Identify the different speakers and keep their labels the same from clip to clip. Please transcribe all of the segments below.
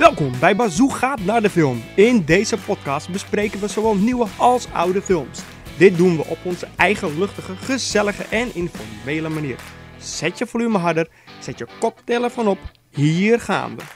Speaker 1: Welkom bij Bazoo gaat naar de film. In deze podcast bespreken we zowel nieuwe als oude films. Dit doen we op onze eigen luchtige, gezellige en informele manier. Zet je volume harder, zet je koptelefoon op. Hier gaan we.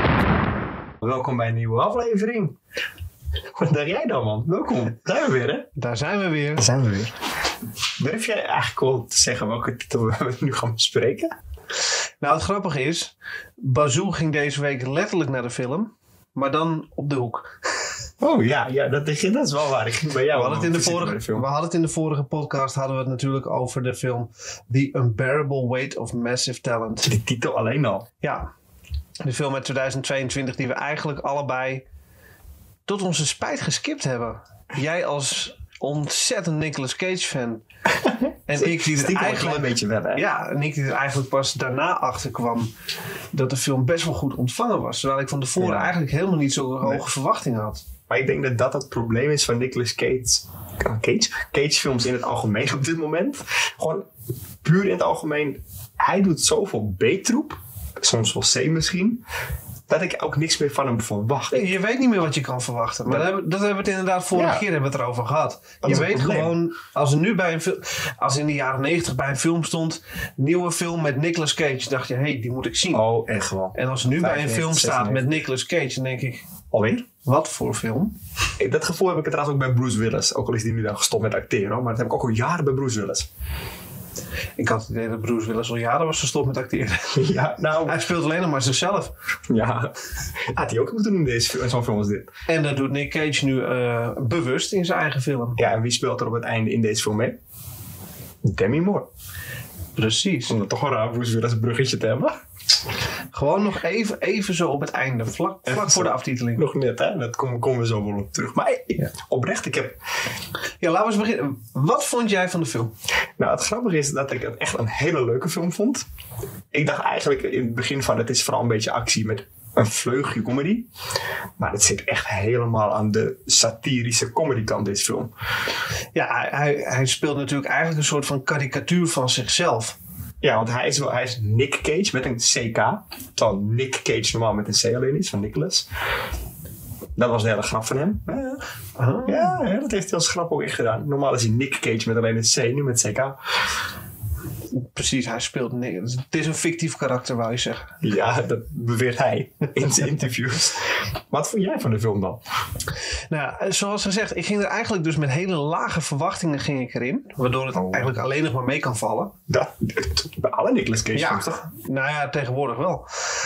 Speaker 2: Welkom bij een nieuwe aflevering. Wat dacht jij dan, man? Welkom. Zijn we weer, hè?
Speaker 3: Daar zijn we weer.
Speaker 2: Durf jij eigenlijk wel te zeggen welke titel we nu gaan bespreken?
Speaker 3: Nou, het grappige is, Bazoo ging deze week letterlijk naar de film, maar dan op de hoek.
Speaker 2: Oh ja, dat is wel waar. Ik ging bij jou.
Speaker 3: We hadden het in de vorige podcast hadden we het natuurlijk over de film The Unbearable Weight of Massive Talent.
Speaker 2: Die titel alleen al.
Speaker 3: Ja, de film uit 2022 die we eigenlijk allebei tot onze spijt geskipt hebben. Jij als ontzettend Nicolas Cage fan. En ik die er eigenlijk
Speaker 2: een beetje wel, hè?
Speaker 3: Ja, en ik die er eigenlijk pas daarna achter kwam dat de film best wel goed ontvangen was. Terwijl ik van tevoren eigenlijk helemaal niet zo hoge verwachtingen had.
Speaker 2: Maar ik denk dat dat het probleem is van Nicolas Cage films in het algemeen op dit moment. Gewoon puur in het algemeen. Hij doet zoveel B-troep. Soms wel C misschien. Dat ik ook niks meer van hem verwacht.
Speaker 3: Nee, je weet niet meer wat je kan verwachten. Maar dat hebben we het inderdaad vorige keer hebben we het erover gehad. Je weet gewoon, als er nu bij een film, als in de jaren 90 bij een film stond, nieuwe film met Nicolas Cage, dacht je, hé, die moet ik zien.
Speaker 2: Oh, echt wel.
Speaker 3: En als er nu bij een film staat met Nicolas Cage, dan denk ik,
Speaker 2: alweer?
Speaker 3: Wat voor film?
Speaker 2: Dat gevoel heb ik trouwens ook bij Bruce Willis. Ook al is hij nu dan gestopt met acteren, maar dat heb ik ook al jaren bij Bruce Willis.
Speaker 3: Ik had het idee dat Bruce Willis al jaren was gestopt met acteren.
Speaker 2: Ja, nou...
Speaker 3: Hij speelt alleen nog maar zichzelf.
Speaker 2: Ja, had hij ook moeten doen in zo'n film als dit.
Speaker 3: En dat doet Nick Cage nu bewust in zijn eigen film.
Speaker 2: Ja, en wie speelt er op het einde in deze film mee? Demi Moore.
Speaker 3: Precies.
Speaker 2: Om dat toch een raar Bruce Willis bruggetje te hebben.
Speaker 3: Gewoon nog even zo op het einde. Vlak voor de aftiteling.
Speaker 2: Nog net, hè? Dat komen we zo wel op terug. Maar oprecht, ik heb...
Speaker 3: Ja, laten we eens beginnen. Wat vond jij van de film?
Speaker 2: Nou, het grappige is dat ik het echt een hele leuke film vond. Ik dacht eigenlijk in het begin van, het is vooral een beetje actie met een vleugje comedy. Maar het zit echt helemaal aan de satirische comedy kant, deze film.
Speaker 3: Ja, hij speelt natuurlijk eigenlijk een soort van karikatuur van zichzelf.
Speaker 2: Ja, want hij is Nick Cage met een CK. Terwijl Nick Cage normaal met een C alleen is, van Nicolas. Dat was de hele grap van hem. Ja, dat heeft hij als grap ook echt gedaan. Normaal is hij Nick Cage met alleen een C, nu met CK.
Speaker 3: Precies, hij speelt... Nee, het is een fictief karakter, wou je zeggen.
Speaker 2: Ja, dat beweert hij in zijn interviews. Wat vond jij van de film dan?
Speaker 3: Nou, zoals gezegd, ik ging er eigenlijk dus met hele lage verwachtingen ging ik erin. Waardoor het eigenlijk alleen nog maar mee kan vallen.
Speaker 2: Bij alle Nicolas Cage films toch?
Speaker 3: Nou ja, tegenwoordig wel.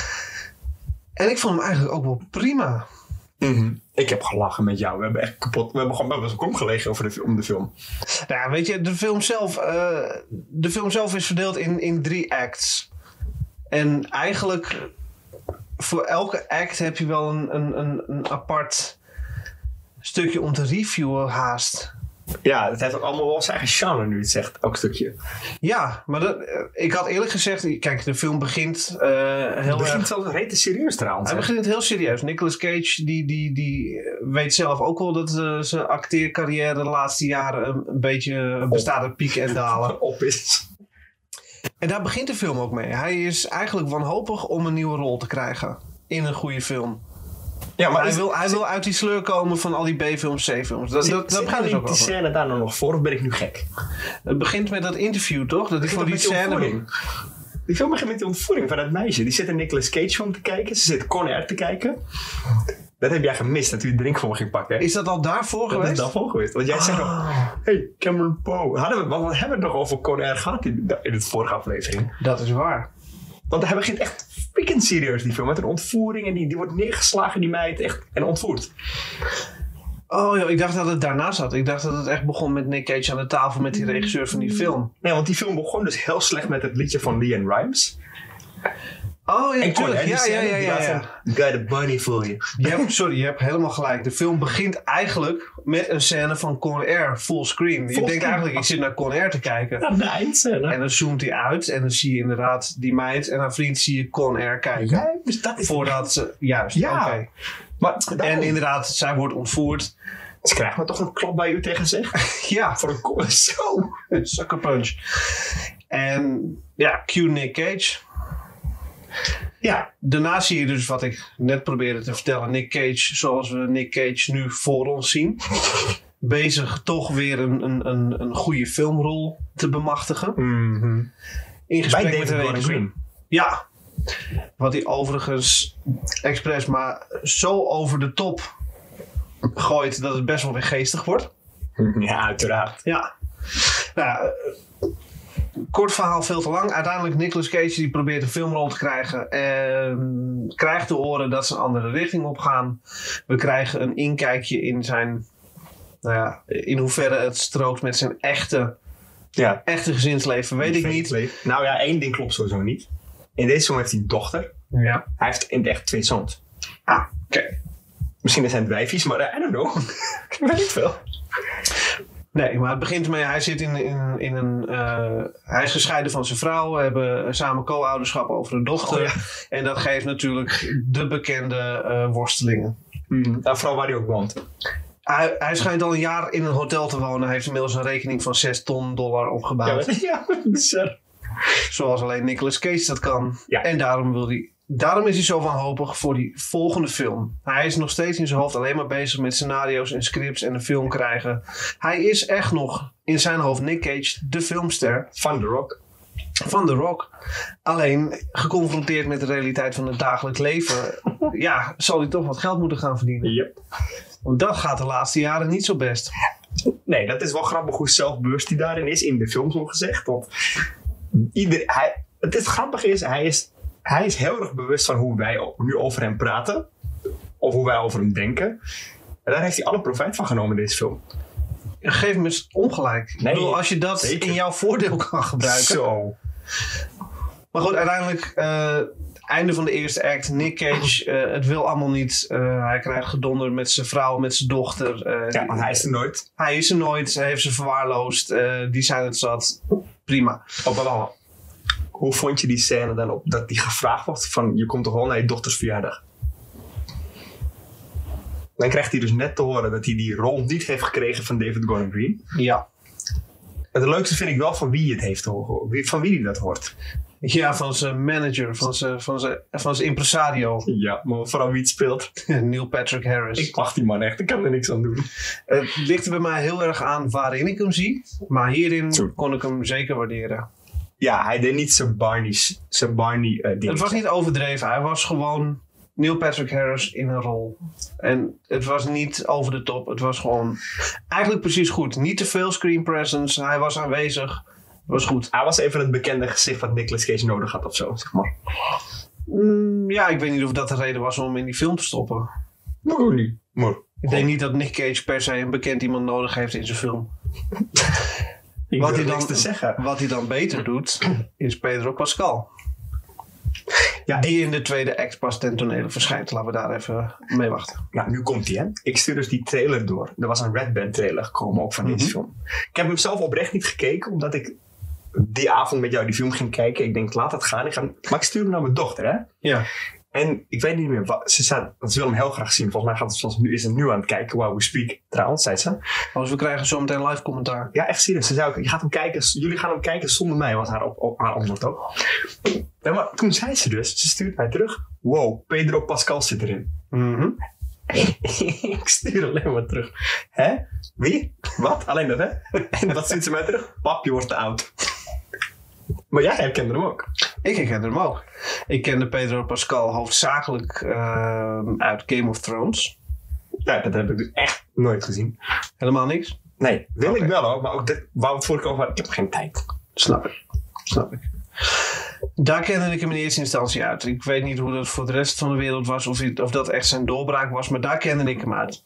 Speaker 3: En ik vond hem eigenlijk ook wel prima.
Speaker 2: Mm-hmm. Ik heb gelachen met jou. We hebben echt kapot. We hebben gewoon best wel gelegen om de film.
Speaker 3: Nou ja, weet je, de film zelf is verdeeld in 3 acts. En eigenlijk voor elke act heb je wel een apart stukje om te reviewen haast.
Speaker 2: Ja, het heeft ook allemaal wel zijn eigen genre nu het zegt, elk stukje.
Speaker 3: Ja, maar ik had eerlijk gezegd... Kijk, de film begint
Speaker 2: Het begint wel rete serieus trouwens.
Speaker 3: Hij begint heel serieus. Nicolas Cage die weet zelf ook wel dat zijn acteercarrière de laatste jaren een beetje bestaat uit pieken en dalen.
Speaker 2: Op is.
Speaker 3: En daar begint de film ook mee. Hij is eigenlijk wanhopig om een nieuwe rol te krijgen in een goede film. Ja, maar hij wil uit die sleur komen van al die B-films, C-films. Dat begint dus ook
Speaker 2: die scène daar nou nog voor, of ben ik nu gek?
Speaker 3: Het begint met dat interview, toch? Dat hij voor die scène...
Speaker 2: Die film begint met die ontvoering van dat meisje. Die zit een Nicolas Cage film te kijken. Ze zit Con Air te kijken. Dat heb jij gemist, dat u de drink voor me ging pakken.
Speaker 3: Is dat al daarvoor geweest?
Speaker 2: Dat is daarvoor geweest. Want jij zegt nog... Hey, Cameron Poe. Wat hebben we het nog over Con Air gehad in het vorige aflevering?
Speaker 3: Dat is waar.
Speaker 2: Want hij begint echt freaking serieus, die film. Met een ontvoering en die wordt neergeslagen, die meid. Echt, en ontvoerd.
Speaker 3: Oh ja, ik dacht dat het daarna zat. Ik dacht dat het echt begon met Nick Cage aan de tafel met die regisseur van die film.
Speaker 2: Nee, want die film begon dus heel slecht met het liedje van LeAnn Rimes.
Speaker 3: Oh ja, natuurlijk. Ja.
Speaker 2: Got a bunny for you.
Speaker 3: Je hebt helemaal gelijk. De film begint eigenlijk met een scène van Con Air fullscreen. Je denkt eigenlijk, ik zit naar Con Air te kijken.
Speaker 2: Ja, de eindscène.
Speaker 3: En dan zoomt hij uit en dan zie je inderdaad die meid en haar vriend zie je Con Air kijken.
Speaker 2: Ja, dus dat is...
Speaker 3: Voordat ze... Juist, oké. En inderdaad, zij wordt ontvoerd.
Speaker 2: Ze krijgt maar toch een klap bij u tegen zich.
Speaker 3: Ja.
Speaker 2: Voor een zo.
Speaker 3: Een sucker punch. En ja, cue Nick Cage.
Speaker 2: Ja.
Speaker 3: Daarna zie je dus wat ik net probeerde te vertellen. Nick Cage, zoals we Nick Cage nu voor ons zien. Bezig toch weer een goede filmrol te bemachtigen. In gesprek
Speaker 2: Bij
Speaker 3: met de
Speaker 2: David Gordon
Speaker 3: regisseur.
Speaker 2: Green.
Speaker 3: Ja. Wat hij overigens expres maar zo over de top gooit dat het best wel weer geestig wordt.
Speaker 2: Ja, uiteraard.
Speaker 3: Ja. Nou, kort verhaal, veel te lang. Uiteindelijk Nicolas Cage die probeert een filmrol te krijgen. En krijgt te horen dat ze een andere richting op gaan. We krijgen een inkijkje in zijn... Nou ja, in hoeverre het strookt met zijn echte gezinsleven, weet ik niet.
Speaker 2: Nou ja, één ding klopt sowieso niet. In deze film heeft hij een dochter.
Speaker 3: Ja.
Speaker 2: Hij heeft in het echt 2 zoons.
Speaker 3: Ah, oké.
Speaker 2: Misschien zijn het wijfies, maar I don't know. Ik weet niet veel.
Speaker 3: Nee, maar het begint mee, hij zit in een... hij is gescheiden van zijn vrouw. We hebben samen co-ouderschap over een dochter.
Speaker 2: Oh, ja.
Speaker 3: En dat geeft natuurlijk de bekende worstelingen.
Speaker 2: Nou, vooral waar hij ook woont.
Speaker 3: Hij schijnt al een jaar in een hotel te wonen. Hij heeft inmiddels een rekening van $6 ton opgebouwd.
Speaker 2: Ja, bizar.
Speaker 3: Zoals alleen Nicolas Cage dat kan.
Speaker 2: Ja.
Speaker 3: En daarom is hij zo wanhopig voor die volgende film. Hij is nog steeds in zijn hoofd alleen maar bezig met scenario's en scripts en een film krijgen. Hij is echt nog in zijn hoofd Nick Cage, de filmster.
Speaker 2: Van The Rock.
Speaker 3: Van The Rock. Alleen geconfronteerd met de realiteit van het dagelijks leven. Ja, zal hij toch wat geld moeten gaan verdienen.
Speaker 2: Yep.
Speaker 3: Want dat gaat de laatste jaren niet zo best.
Speaker 2: Nee, dat is wel grappig hoe zelfbewust hij daarin is. In de film zo gezegd. Want het grappige is, hij is heel erg bewust van hoe wij nu over hem praten. Of hoe wij over hem denken. En daar heeft hij alle profijt van genomen in deze film.
Speaker 3: Geef me eens ongelijk.
Speaker 2: Nee,
Speaker 3: ik bedoel, als je dat
Speaker 2: zeker.
Speaker 3: in jouw voordeel kan gebruiken.
Speaker 2: Zo.
Speaker 3: Maar goed, uiteindelijk... einde van de eerste act. Nick Cage, het wil allemaal niet. Hij krijgt gedonder met zijn vrouw, met zijn dochter.
Speaker 2: Ja, want hij is er nooit.
Speaker 3: Hij is er nooit. Hij heeft ze verwaarloosd. Die zijn het zat. Prima.
Speaker 2: Hoe vond je die scène dan op dat die gevraagd wordt van je komt toch wel naar je dochters verjaardag? Dan krijgt hij dus net te horen dat hij die rol niet heeft gekregen van David Gordon Green.
Speaker 3: Ja.
Speaker 2: Het leukste vind ik wel van wie het heeft gehoord. Van wie hij dat hoort.
Speaker 3: Ja, van zijn manager, van zijn impresario.
Speaker 2: Ja, maar vooral wie het speelt.
Speaker 3: Neil Patrick Harris.
Speaker 2: Ik mag die man echt, ik kan er niks aan doen.
Speaker 3: Het ligt er bij mij heel erg aan waarin ik hem zie. Maar hierin kon ik hem zeker waarderen.
Speaker 2: Ja, hij deed niet zijn Barney ding.
Speaker 3: Het was niet overdreven. Hij was gewoon Neil Patrick Harris in een rol. En het was niet over de top. Het was gewoon eigenlijk precies goed. Niet te veel screen presence. Hij was aanwezig. Het was goed.
Speaker 2: Hij was even het bekende gezicht wat Nicolas Cage nodig had of zo, zeg maar.
Speaker 3: Ja, ik weet niet of dat de reden was om hem in die film te stoppen.
Speaker 2: Maar niet.
Speaker 3: Ik denk niet dat Nick Cage per se een bekend iemand nodig heeft in zijn film. Wat hij dan beter doet, is Pedro Pascal.
Speaker 2: Ja,
Speaker 3: die in de tweede act pas ten tonele verschijnt. Laten we daar even mee wachten.
Speaker 2: Nou, nu komt hij, hè. Ik stuur dus die trailer door. Er was een Red Band trailer gekomen, ook van deze film. Ik heb hem zelf oprecht niet gekeken, omdat ik die avond met jou die film ging kijken. Ik denk, laat het gaan. Maar ik stuur hem naar mijn dochter, hè.
Speaker 3: Ja.
Speaker 2: En ik weet niet meer wat. Ze wil hem heel graag zien. Volgens mij is het nu aan het kijken. While we speak. Trouwens, zei ze.
Speaker 3: Dus we krijgen zo meteen live commentaar.
Speaker 2: Ja, echt serieus. Ze zei ook, jullie gaan hem kijken zonder mij, was haar antwoord ook. Ja, maar toen zei ze dus, ze stuurt mij terug. Wow, Pedro Pascal zit erin. Ik stuur alleen maar terug. Hè? Wie? Wat? Alleen dat, hè? En wat stuurt ze mij terug? Pap, je wordt te oud. Maar jij herkende hem ook.
Speaker 3: Ik herkende hem ook. Ik kende Pedro Pascal hoofdzakelijk uit Game of Thrones.
Speaker 2: Ja, dat heb ik dus echt nooit gezien.
Speaker 3: Helemaal niks?
Speaker 2: Nee, wil ik wel hoor. Maar ook dit wou het vorige over hadden. Ik heb geen tijd.
Speaker 3: Snap ik. Daar kende ik hem in eerste instantie uit. Ik weet niet hoe dat voor de rest van de wereld was. Of dat echt zijn doorbraak was. Maar daar kende ik hem uit.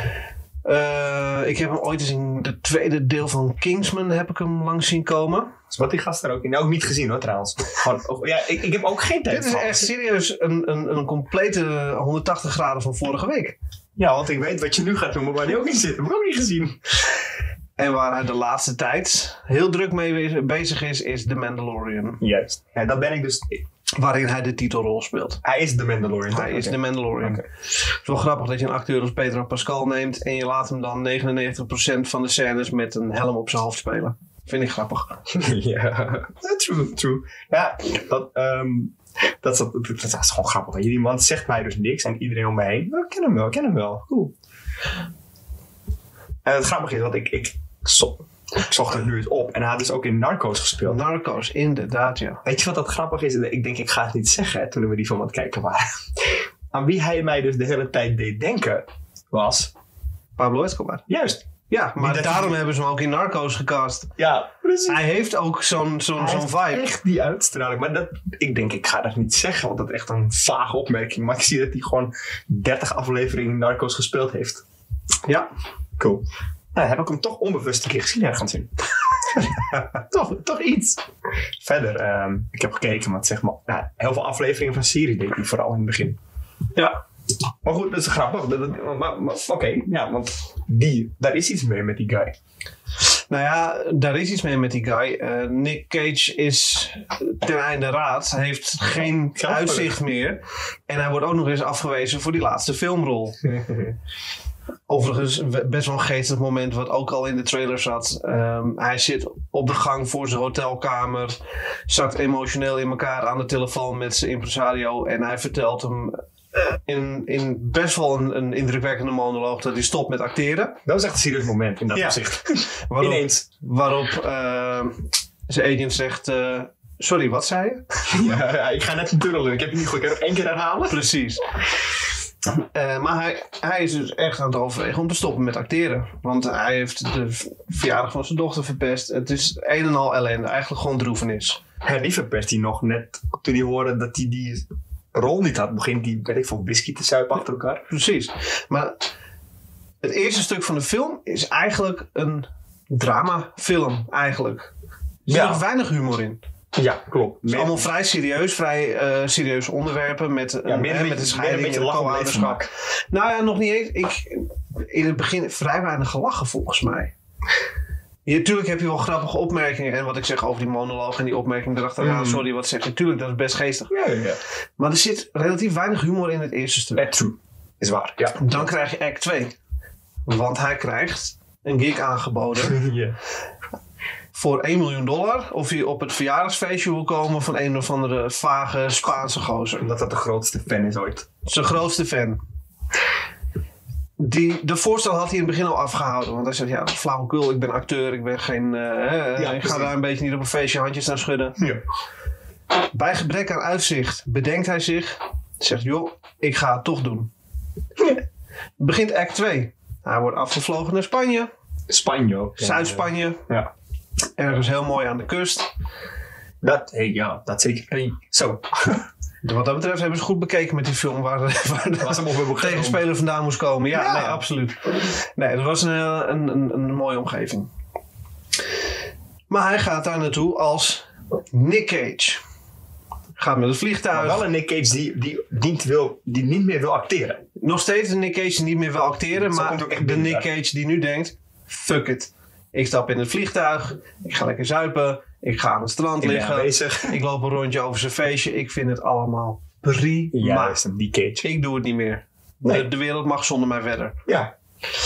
Speaker 3: Ik heb hem ooit eens in de tweede deel van Kingsman heb ik hem langs zien komen.
Speaker 2: Dus wat die gast er ook in. Nou, ook niet gezien hoor trouwens. Ik heb ook geen tijd.
Speaker 3: Dit is echt serieus een complete 180 graden van vorige week.
Speaker 2: Ja, want ik weet wat je nu gaat doen, maar waar die ook niet zit. Heb ik ook niet gezien.
Speaker 3: En waar hij de laatste tijd heel druk mee bezig is The Mandalorian.
Speaker 2: Juist. Ja, dat ben ik dus.
Speaker 3: Waarin hij de titelrol speelt.
Speaker 2: Hij is The Mandalorian.
Speaker 3: Hij is The Mandalorian. Okay. Het is wel grappig dat je een acteur als Pedro Pascal neemt en je laat hem dan 99% van de scènes met een helm op zijn hoofd spelen. Vind ik grappig.
Speaker 2: Ja, true. Ja, Dat is gewoon grappig. Weet je. Die man zegt mij dus niks en iedereen om me heen. Ik ken hem wel. Cool. En het grappige is, want ik zocht het nu eens op. En hij had dus ook in Narcos gespeeld.
Speaker 3: Narcos, inderdaad, ja.
Speaker 2: Weet je wat dat grappig is? Ik denk, ik ga het niet zeggen hè, toen we die film aan het kijken waren. Aan wie hij mij dus de hele tijd deed denken was...
Speaker 3: Pablo Escobar.
Speaker 2: Juist.
Speaker 3: Ja, maar daarom hebben ze hem ook in Narcos gecast.
Speaker 2: Ja, precies.
Speaker 3: Hij heeft ook zo'n vibe.
Speaker 2: Echt die uitstraling. Maar ik denk, ik ga dat niet zeggen, want dat is echt een vage opmerking. Maar ik zie dat hij gewoon 30 afleveringen in Narcos gespeeld heeft.
Speaker 3: Ja.
Speaker 2: Cool. Nou, heb ik hem toch onbewust een keer gezien ergens in. toch iets. Verder, ik heb gekeken, maar zeg maar, heel veel afleveringen van Siri deed hij vooral in het begin.
Speaker 3: Ja.
Speaker 2: Maar goed, dat is grappig. Oké, ja, want daar is iets mee met die guy.
Speaker 3: Nou ja, daar is iets mee met die guy. Nick Cage is ten einde raad. Hij heeft geen uitzicht meer. En hij wordt ook nog eens afgewezen voor die laatste filmrol. Overigens best wel een geestig moment wat ook al in de trailer zat. Hij zit op de gang voor zijn hotelkamer. Zakt emotioneel in elkaar aan de telefoon met zijn impresario. En hij vertelt hem in best wel een indrukwekkende monoloog dat hij stopt met acteren.
Speaker 2: Dat was echt een serieus moment in dat opzicht.
Speaker 3: Ineens. Waarop zijn agent zegt... sorry, wat zei je?
Speaker 2: Ja, ik ga net een tunnel doen. Ik heb het niet goed. Ik kan nog 1 keer herhalen.
Speaker 3: Precies. Maar hij is dus echt aan het overwegen om te stoppen met acteren. Want hij heeft de verjaardag van zijn dochter verpest. Het is een en al ellende. Eigenlijk gewoon droevenis.
Speaker 2: Ja, die verpest hij nog net toen hij hoorde dat hij die rol niet had. Begint hij, weet ik veel, whisky te zuipen achter elkaar.
Speaker 3: Precies. Maar het eerste stuk van de film is eigenlijk een dramafilm. Eigenlijk. Er zit nog weinig humor in.
Speaker 2: Ja, klopt.
Speaker 3: Het is allemaal vrij serieuze onderwerpen met de scheiding en de co-ouderschap. Nou ja, nog niet eens. In het begin vrij weinig gelachen volgens mij. Natuurlijk heb je wel grappige opmerkingen. En wat ik zeg over die monoloog en die opmerking erachteraan. Sorry, wat zeg je? Tuurlijk, dat is best geestig.
Speaker 2: Ja.
Speaker 3: Maar er zit relatief weinig humor in het eerste stuk.
Speaker 2: True. Is waar, ja.
Speaker 3: Dan krijg je act 2. Want hij krijgt een gig aangeboden.
Speaker 2: Yeah.
Speaker 3: Voor $1 miljoen. Of hij op het verjaardagsfeestje wil komen van een of andere vage Spaanse gozer.
Speaker 2: Omdat dat de grootste fan is ooit.
Speaker 3: Zijn grootste fan. De voorstel had hij in het begin al afgehouden. Want hij zegt, ja, flauwekul, ik ben acteur. Ik ben geen... ik ga daar een beetje niet op een feestje handjes naar schudden.
Speaker 2: Ja.
Speaker 3: Bij gebrek aan uitzicht bedenkt hij zich. Zegt, joh, ik ga het toch doen. Begint act 2. Hij wordt afgevlogen naar Spanje.
Speaker 2: Spanje.
Speaker 3: Zuid-Spanje.
Speaker 2: Ja.
Speaker 3: Ergens heel mooi aan de kust.
Speaker 2: Dat zeker. Hey, zo.
Speaker 3: Wat dat betreft hebben ze goed bekeken met die film waar de tegenspeler vandaan moest komen. Ja, nee, absoluut. Nee, dat was een mooie omgeving. Maar hij gaat daar naartoe als Nick Cage. Gaat met het vliegtuig.
Speaker 2: Maar wel een Nick Cage die niet meer wil acteren.
Speaker 3: Nog steeds een Nick Cage die niet meer wil acteren.
Speaker 2: Zo
Speaker 3: Maar de Nick Cage die nu denkt, fuck it. Ik stap in het vliegtuig. Ik ga lekker zuipen. Ik ga aan het strand liggen. Ik loop een rondje over zijn feestje. Ik vind het allemaal prima.
Speaker 2: Ja, is een Nick Cage.
Speaker 3: Ik doe het niet meer.
Speaker 2: Nee.
Speaker 3: De wereld mag zonder mij verder.
Speaker 2: Ja.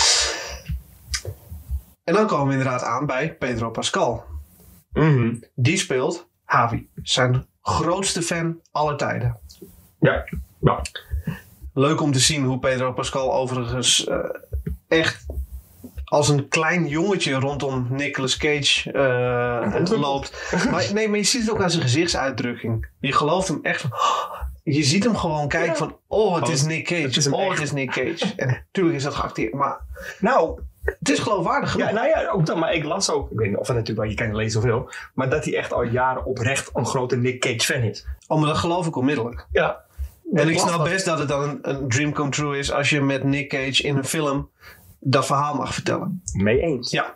Speaker 3: En dan komen we inderdaad aan bij Pedro Pascal.
Speaker 2: Mm-hmm.
Speaker 3: Die speelt Javi. Zijn grootste fan aller tijden.
Speaker 2: Ja.
Speaker 3: Leuk om te zien hoe Pedro Pascal overigens echt als een klein jongetje rondom Nicolas Cage loopt. Maar je ziet het ook aan zijn gezichtsuitdrukking. Je gelooft hem echt van... Je ziet hem gewoon kijken van... Oh, het is Nick Cage. Het is Nick Cage. En natuurlijk is dat geacteerd. Maar
Speaker 2: nou...
Speaker 3: Het is geloofwaardig genoeg.
Speaker 2: Ja, nou ja, ook dan. Maar ik las ook... Ik weet niet of het natuurlijk... Je kan niet lezen zoveel. Maar dat hij echt al jaren oprecht een grote Nick Cage fan is.
Speaker 3: Oh, maar dat geloof ik onmiddellijk.
Speaker 2: Ja.
Speaker 3: En ik snap best dat het dan een dream come true is... als je met Nick Cage in een film... dat verhaal mag vertellen.
Speaker 2: Mee eens.
Speaker 3: Ja.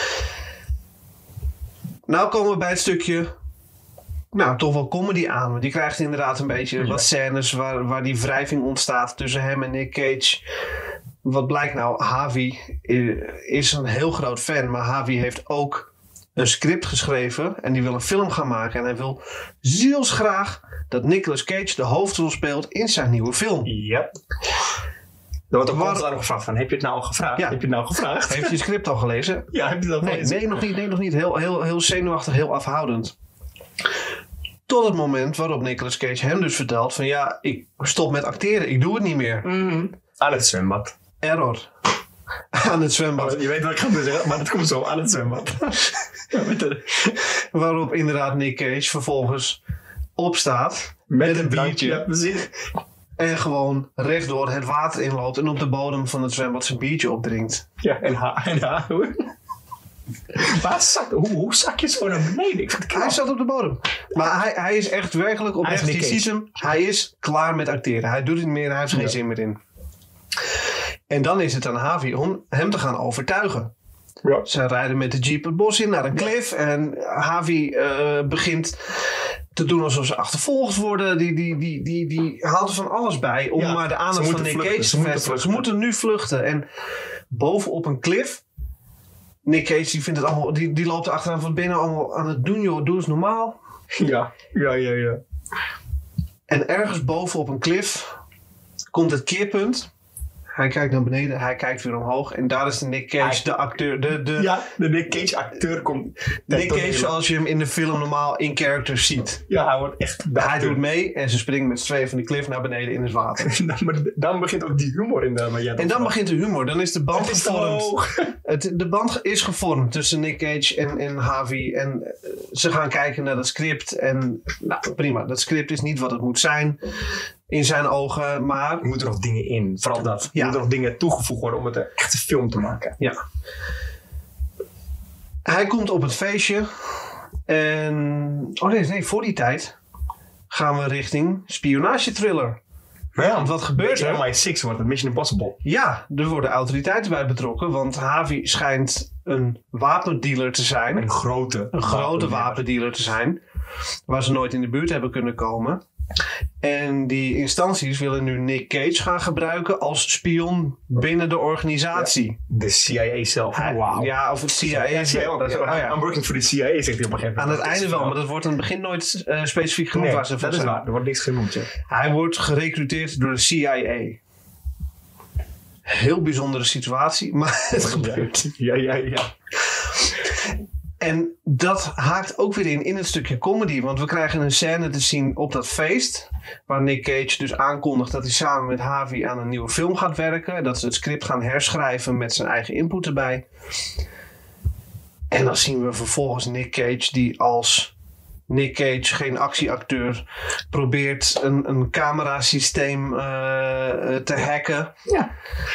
Speaker 3: Nou komen we bij het stukje... Nou, toch wel comedy aan. Want die krijgt inderdaad een beetje wat scènes... waar die wrijving ontstaat tussen hem en Nick Cage. Wat blijkt nou? Javi is een heel groot fan. Maar Javi heeft ook een script geschreven. En die wil een film gaan maken. En hij wil zielsgraag dat Nicolas Cage de hoofdrol speelt in zijn nieuwe film.
Speaker 2: Ja. Er wordt ook constant gevraagd van, heb je het nou al gevraagd?
Speaker 3: Ja.
Speaker 2: Heb je het nou gevraagd?
Speaker 3: Heeft je het script al gelezen?
Speaker 2: Ja, heb je dat al gelezen?
Speaker 3: Nee, nog niet. Heel zenuwachtig, heel afhoudend. Tot het moment waarop Nicolas Cage hem dus vertelt van ja, ik stop met acteren, ik doe het niet meer.
Speaker 2: Aan het zwembad.
Speaker 3: Error. Aan het zwembad.
Speaker 2: Je weet wat ik ga zeggen, maar dat komt zo aan het zwembad.
Speaker 3: Waarop inderdaad Nick Cage vervolgens opstaat
Speaker 2: Met
Speaker 3: een biertje.
Speaker 2: Ja, precies.
Speaker 3: En gewoon rechtdoor het water inloopt en op de bodem van het zwembad zijn biertje opdrinkt.
Speaker 2: Ja, hoe zak je zo naar beneden? Ik vind het
Speaker 3: Hij
Speaker 2: knap.
Speaker 3: zat op de bodem. Maar hij is echt werkelijk oprecht.
Speaker 2: Hij is
Speaker 3: Je
Speaker 2: Nick Cage.
Speaker 3: ziet hem, hij is klaar met acteren. Hij doet het niet meer, hij heeft er geen zin meer in. En dan is het aan Javi om hem te gaan overtuigen.
Speaker 2: Ja.
Speaker 3: Ze rijden met de jeep het bos in naar een klif. En Javi begint te doen alsof ze achtervolgd worden. Die haalt er van alles bij om
Speaker 2: Ja,
Speaker 3: maar de
Speaker 2: ze
Speaker 3: aandacht van
Speaker 2: moeten
Speaker 3: Nick
Speaker 2: vluchten,
Speaker 3: Cage
Speaker 2: ze
Speaker 3: te
Speaker 2: moeten
Speaker 3: vestigen. Ze
Speaker 2: vluchten.
Speaker 3: moeten nu vluchten. En bovenop een klif. Nick Cage die vindt het allemaal, die loopt er achteraan van binnen allemaal aan het doen. Joh, doe eens normaal.
Speaker 2: Ja.
Speaker 3: En ergens bovenop een klif komt het keerpunt. Hij kijkt naar beneden, hij kijkt weer omhoog. En daar is de Nick Cage, de acteur. De
Speaker 2: Nick Cage acteur komt.
Speaker 3: Nick Cage zoals je hem in de film normaal in character ziet.
Speaker 2: Ja, hij wordt echt.
Speaker 3: Hij doet mee en ze springen met z'n tweeën van die klif naar beneden in het water.
Speaker 2: Maar dan begint ook die humor in de.
Speaker 3: En dan begint de humor. Dan is de band
Speaker 2: Het is te
Speaker 3: gevormd.
Speaker 2: hoog.
Speaker 3: De band is gevormd tussen Nick Cage en Javi. En ze gaan kijken naar dat script. En nou, prima. Dat script is niet wat het moet zijn. In zijn ogen. Maar
Speaker 2: Er moeten nog dingen in. Vooral dat. Er
Speaker 3: Ja.
Speaker 2: moeten nog dingen toegevoegd worden om het een echte film te maken.
Speaker 3: ja. Hij komt op het feestje. En... Oh nee, voor die tijd gaan we richting spionagethriller.
Speaker 2: Maar ja,
Speaker 3: Want wat gebeurt er?
Speaker 2: MI6 wordt het Mission Impossible.
Speaker 3: Ja, er worden autoriteiten bij betrokken. Want Javi schijnt een wapendealer te zijn.
Speaker 2: Een grote
Speaker 3: wapendealer te zijn. Waar ze nooit in de buurt hebben kunnen komen. En die instanties willen nu Nick Cage gaan gebruiken als spion binnen de organisatie.
Speaker 2: De CIA zelf. Wauw.
Speaker 3: Ja, of het CIA.
Speaker 2: I'm working for the CIA, zegt hij op een gegeven moment.
Speaker 3: Aan het einde wel, maar dat wordt aan het begin nooit specifiek genoemd
Speaker 2: Nee,
Speaker 3: waar ze
Speaker 2: dat
Speaker 3: voor
Speaker 2: is
Speaker 3: zijn.
Speaker 2: waar. Er wordt niks genoemd. Ja.
Speaker 3: Hij wordt gerecruiteerd door de CIA. Heel bijzondere situatie, maar het gebeurt.
Speaker 2: Ja.
Speaker 3: En dat haakt ook weer in het stukje comedy. Want we krijgen een scène te zien op dat feest. Waar Nick Cage dus aankondigt dat hij samen met Javi aan een nieuwe film gaat werken. Dat ze het script gaan herschrijven met zijn eigen input erbij. En dan zien we vervolgens Nick Cage die als Nick Cage, geen actieacteur, probeert een camerasysteem te hacken.
Speaker 2: Ja.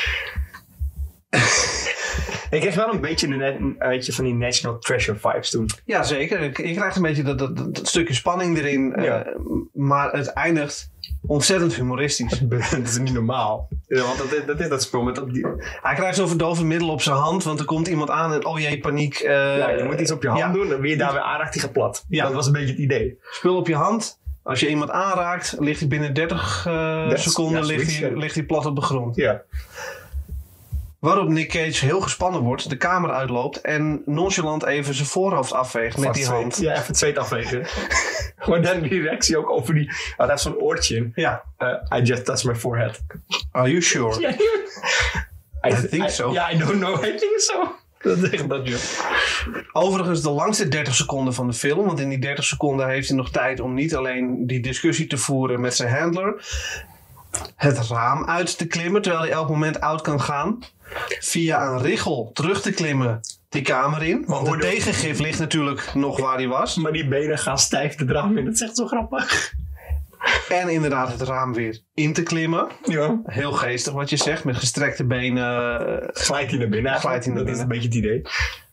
Speaker 2: Ik kreeg wel een beetje van die National Treasure vibes toen.
Speaker 3: Ja, zeker. Je krijgt een beetje dat stukje spanning erin.
Speaker 2: Ja.
Speaker 3: Maar het eindigt ontzettend humoristisch.
Speaker 2: Dat is niet normaal. Ja, want dat is dat spul met dat...
Speaker 3: Hij krijgt zo'n verdovend middel op zijn hand. Want er komt iemand aan en oh jee, paniek.
Speaker 2: Ja, je moet iets op je hand
Speaker 3: ja.
Speaker 2: doen. Dan weer je daar weer aanraakt, die gaat plat.
Speaker 3: Ja.
Speaker 2: Dat was een beetje het idee.
Speaker 3: Spul op je hand. Als je iemand aanraakt, ligt hij binnen 30 seconden ligt hij plat op de grond.
Speaker 2: Ja.
Speaker 3: Waarop Nick Cage heel gespannen wordt, de kamer uitloopt en nonchalant even zijn voorhoofd afveegt met die hand.
Speaker 2: Ja, even het zweet afvegen. Maar dan die reactie ook over die... Oh, dat is zo'n oortje in.
Speaker 3: Ja.
Speaker 2: I just touched my forehead.
Speaker 3: Are you sure?
Speaker 2: Yeah.
Speaker 3: I think so.
Speaker 2: Ja, I don't know. I think so. Dat zegt dat, joh.
Speaker 3: Overigens de langste 30 seconden van de film. Want in die 30 seconden heeft hij nog tijd om niet alleen die discussie te voeren met zijn handler. Het raam uit te klimmen, terwijl hij elk moment uit kan gaan. Via een richel terug te klimmen die kamer in. Want de tegengif ligt natuurlijk nog waar hij was.
Speaker 2: Maar die benen gaan stijf de raam in. Dat is echt zo grappig.
Speaker 3: En inderdaad het raam weer in te klimmen.
Speaker 2: Ja.
Speaker 3: Heel geestig wat je zegt. Met gestrekte benen.
Speaker 2: Glijdt hij naar binnen.
Speaker 3: Glijdt hij naar
Speaker 2: dat is
Speaker 3: binnen.
Speaker 2: een beetje het idee.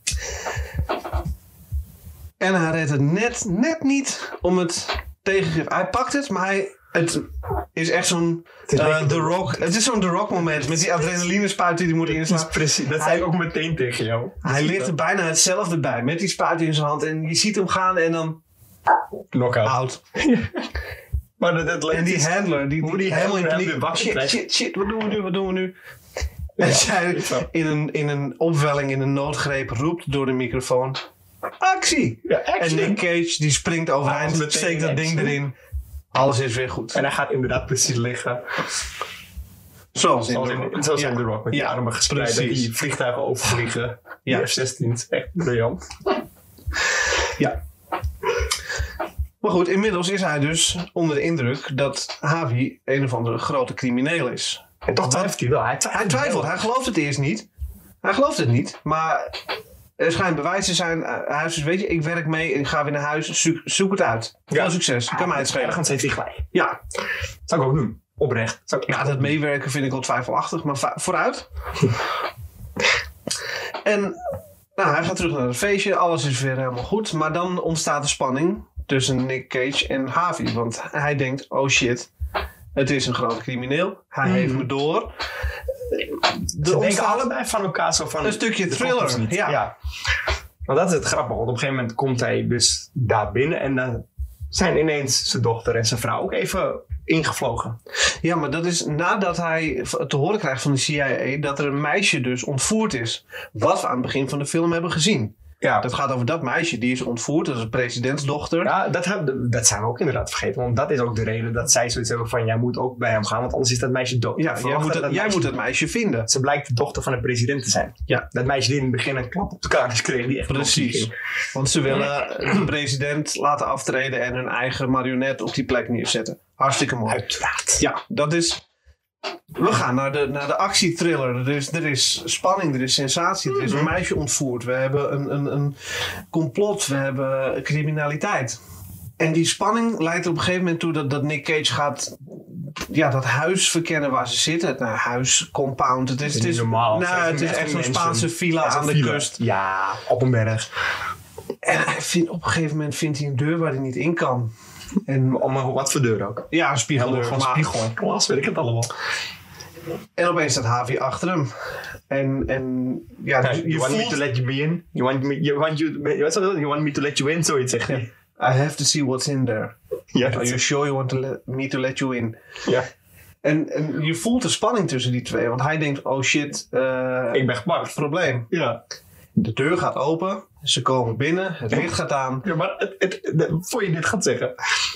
Speaker 3: En hij redt het net niet om het tegengif. Hij pakt het, maar het is echt zo'n The Rock. Het is zo'n The Rock moment met die adrenaline spuit die hij moet inslaan.
Speaker 2: Precies, dat zei ik ook meteen tegen jou.
Speaker 3: Hij ligt er bijna hetzelfde bij. Met die spuit in zijn hand. En je ziet hem gaan en dan
Speaker 2: Knockout.
Speaker 3: out.
Speaker 2: Maar dat
Speaker 3: En die handler, die helemaal in paniek.
Speaker 2: wakker
Speaker 3: Shit, wat doen we nu? En zij in een opwelling, in een noodgreep roept door de microfoon. Actie!
Speaker 2: Ja, action.
Speaker 3: En Nick Cage die springt overeind,
Speaker 2: Alles meteen
Speaker 3: steekt dat ding
Speaker 2: action.
Speaker 3: erin. Alles is weer goed.
Speaker 2: En hij gaat inderdaad precies liggen.
Speaker 3: Zoals in
Speaker 2: The Rock. Met die armen gespreid. En die vliegtuigen overvliegen.
Speaker 3: Ja.
Speaker 2: Die F-16. Echt briljant.
Speaker 3: Ja. Maar goed, inmiddels is hij dus onder de indruk dat Harvey een of andere grote crimineel is.
Speaker 2: En toch twijfelt hij wel. Hij twijfelt.
Speaker 3: Hij gelooft het eerst niet. Maar er schijnt bewijs te zijn. Hij heeft dus, weet je, ik werk mee en ik ga weer naar huis. Zoek het uit. Veel succes. Kan mij het schelen.
Speaker 2: Ergens heeft hij gelijk.
Speaker 3: Ja.
Speaker 2: Zou ik ook doen. Oprecht.
Speaker 3: Ja, dat meewerken vind ik wel twijfelachtig. Maar vooruit. En nou, hij gaat terug naar het feestje. Alles is weer helemaal goed. Maar dan ontstaat de spanning tussen Nick Cage en Harvey. Want hij denkt, oh shit. Het is een grote crimineel. Hij heeft me door.
Speaker 2: Ze denken allebei van elkaar zo van...
Speaker 3: Een stukje thriller.
Speaker 2: Ja. Want dat is het grappige. Want op een gegeven moment komt hij dus daar binnen. En dan zijn ineens zijn dochter en zijn vrouw ook even ingevlogen.
Speaker 3: Ja, maar dat is nadat hij te horen krijgt van de CIA... dat er een meisje dus ontvoerd is. Wat we aan het begin van de film hebben gezien.
Speaker 2: Ja.
Speaker 3: Dat gaat over dat meisje. Die is ontvoerd. Dat is een presidentsdochter.
Speaker 2: Ja, dat zijn we ook inderdaad vergeten. Want dat is ook de reden dat zij zoiets hebben van... jij moet ook bij hem gaan, want anders is dat meisje dood.
Speaker 3: Ja, jij moet het meisje vinden.
Speaker 2: Ze blijkt de dochter van de president te zijn.
Speaker 3: Ja.
Speaker 2: Dat meisje die in het begin een klap op de kaart kreeg. Die echt
Speaker 3: precies. Want ze willen de president laten aftreden... en hun eigen marionet op die plek neerzetten. Hartstikke mooi.
Speaker 2: Uiteraard.
Speaker 3: Ja, dat is... We gaan naar de actietriller. Er is spanning, er is sensatie, er is een meisje ontvoerd. We hebben een complot, we hebben criminaliteit. En die spanning leidt er op een gegeven moment toe dat Nick Cage gaat dat huis verkennen waar ze zitten. Het huis, compound. Het is
Speaker 2: normaal.
Speaker 3: Het is echt zo'n Spaanse villa aan de kust.
Speaker 2: Ja, op een berg.
Speaker 3: En op een gegeven moment vindt hij een deur waar hij niet in kan.
Speaker 2: En wat voor deur ook?
Speaker 3: Ja, een spiegeldeur.
Speaker 2: Van spiegel en glas, weet ik het allemaal.
Speaker 3: En opeens staat Harvey achter hem. En
Speaker 2: you want me to let you be in? You want me to let you in? Zoiets zeg je.
Speaker 3: I have to see what's in there.
Speaker 2: Ja,
Speaker 3: Are you sure you want me to let you in?
Speaker 2: Ja.
Speaker 3: En je voelt de spanning tussen die twee. Want hij denkt, oh shit.
Speaker 2: Ik ben gepakt.
Speaker 3: Probleem.
Speaker 2: Ja.
Speaker 3: De deur gaat open. Ze komen binnen. Het licht gaat aan.
Speaker 2: Ja, maar voor je dit gaat zeggen.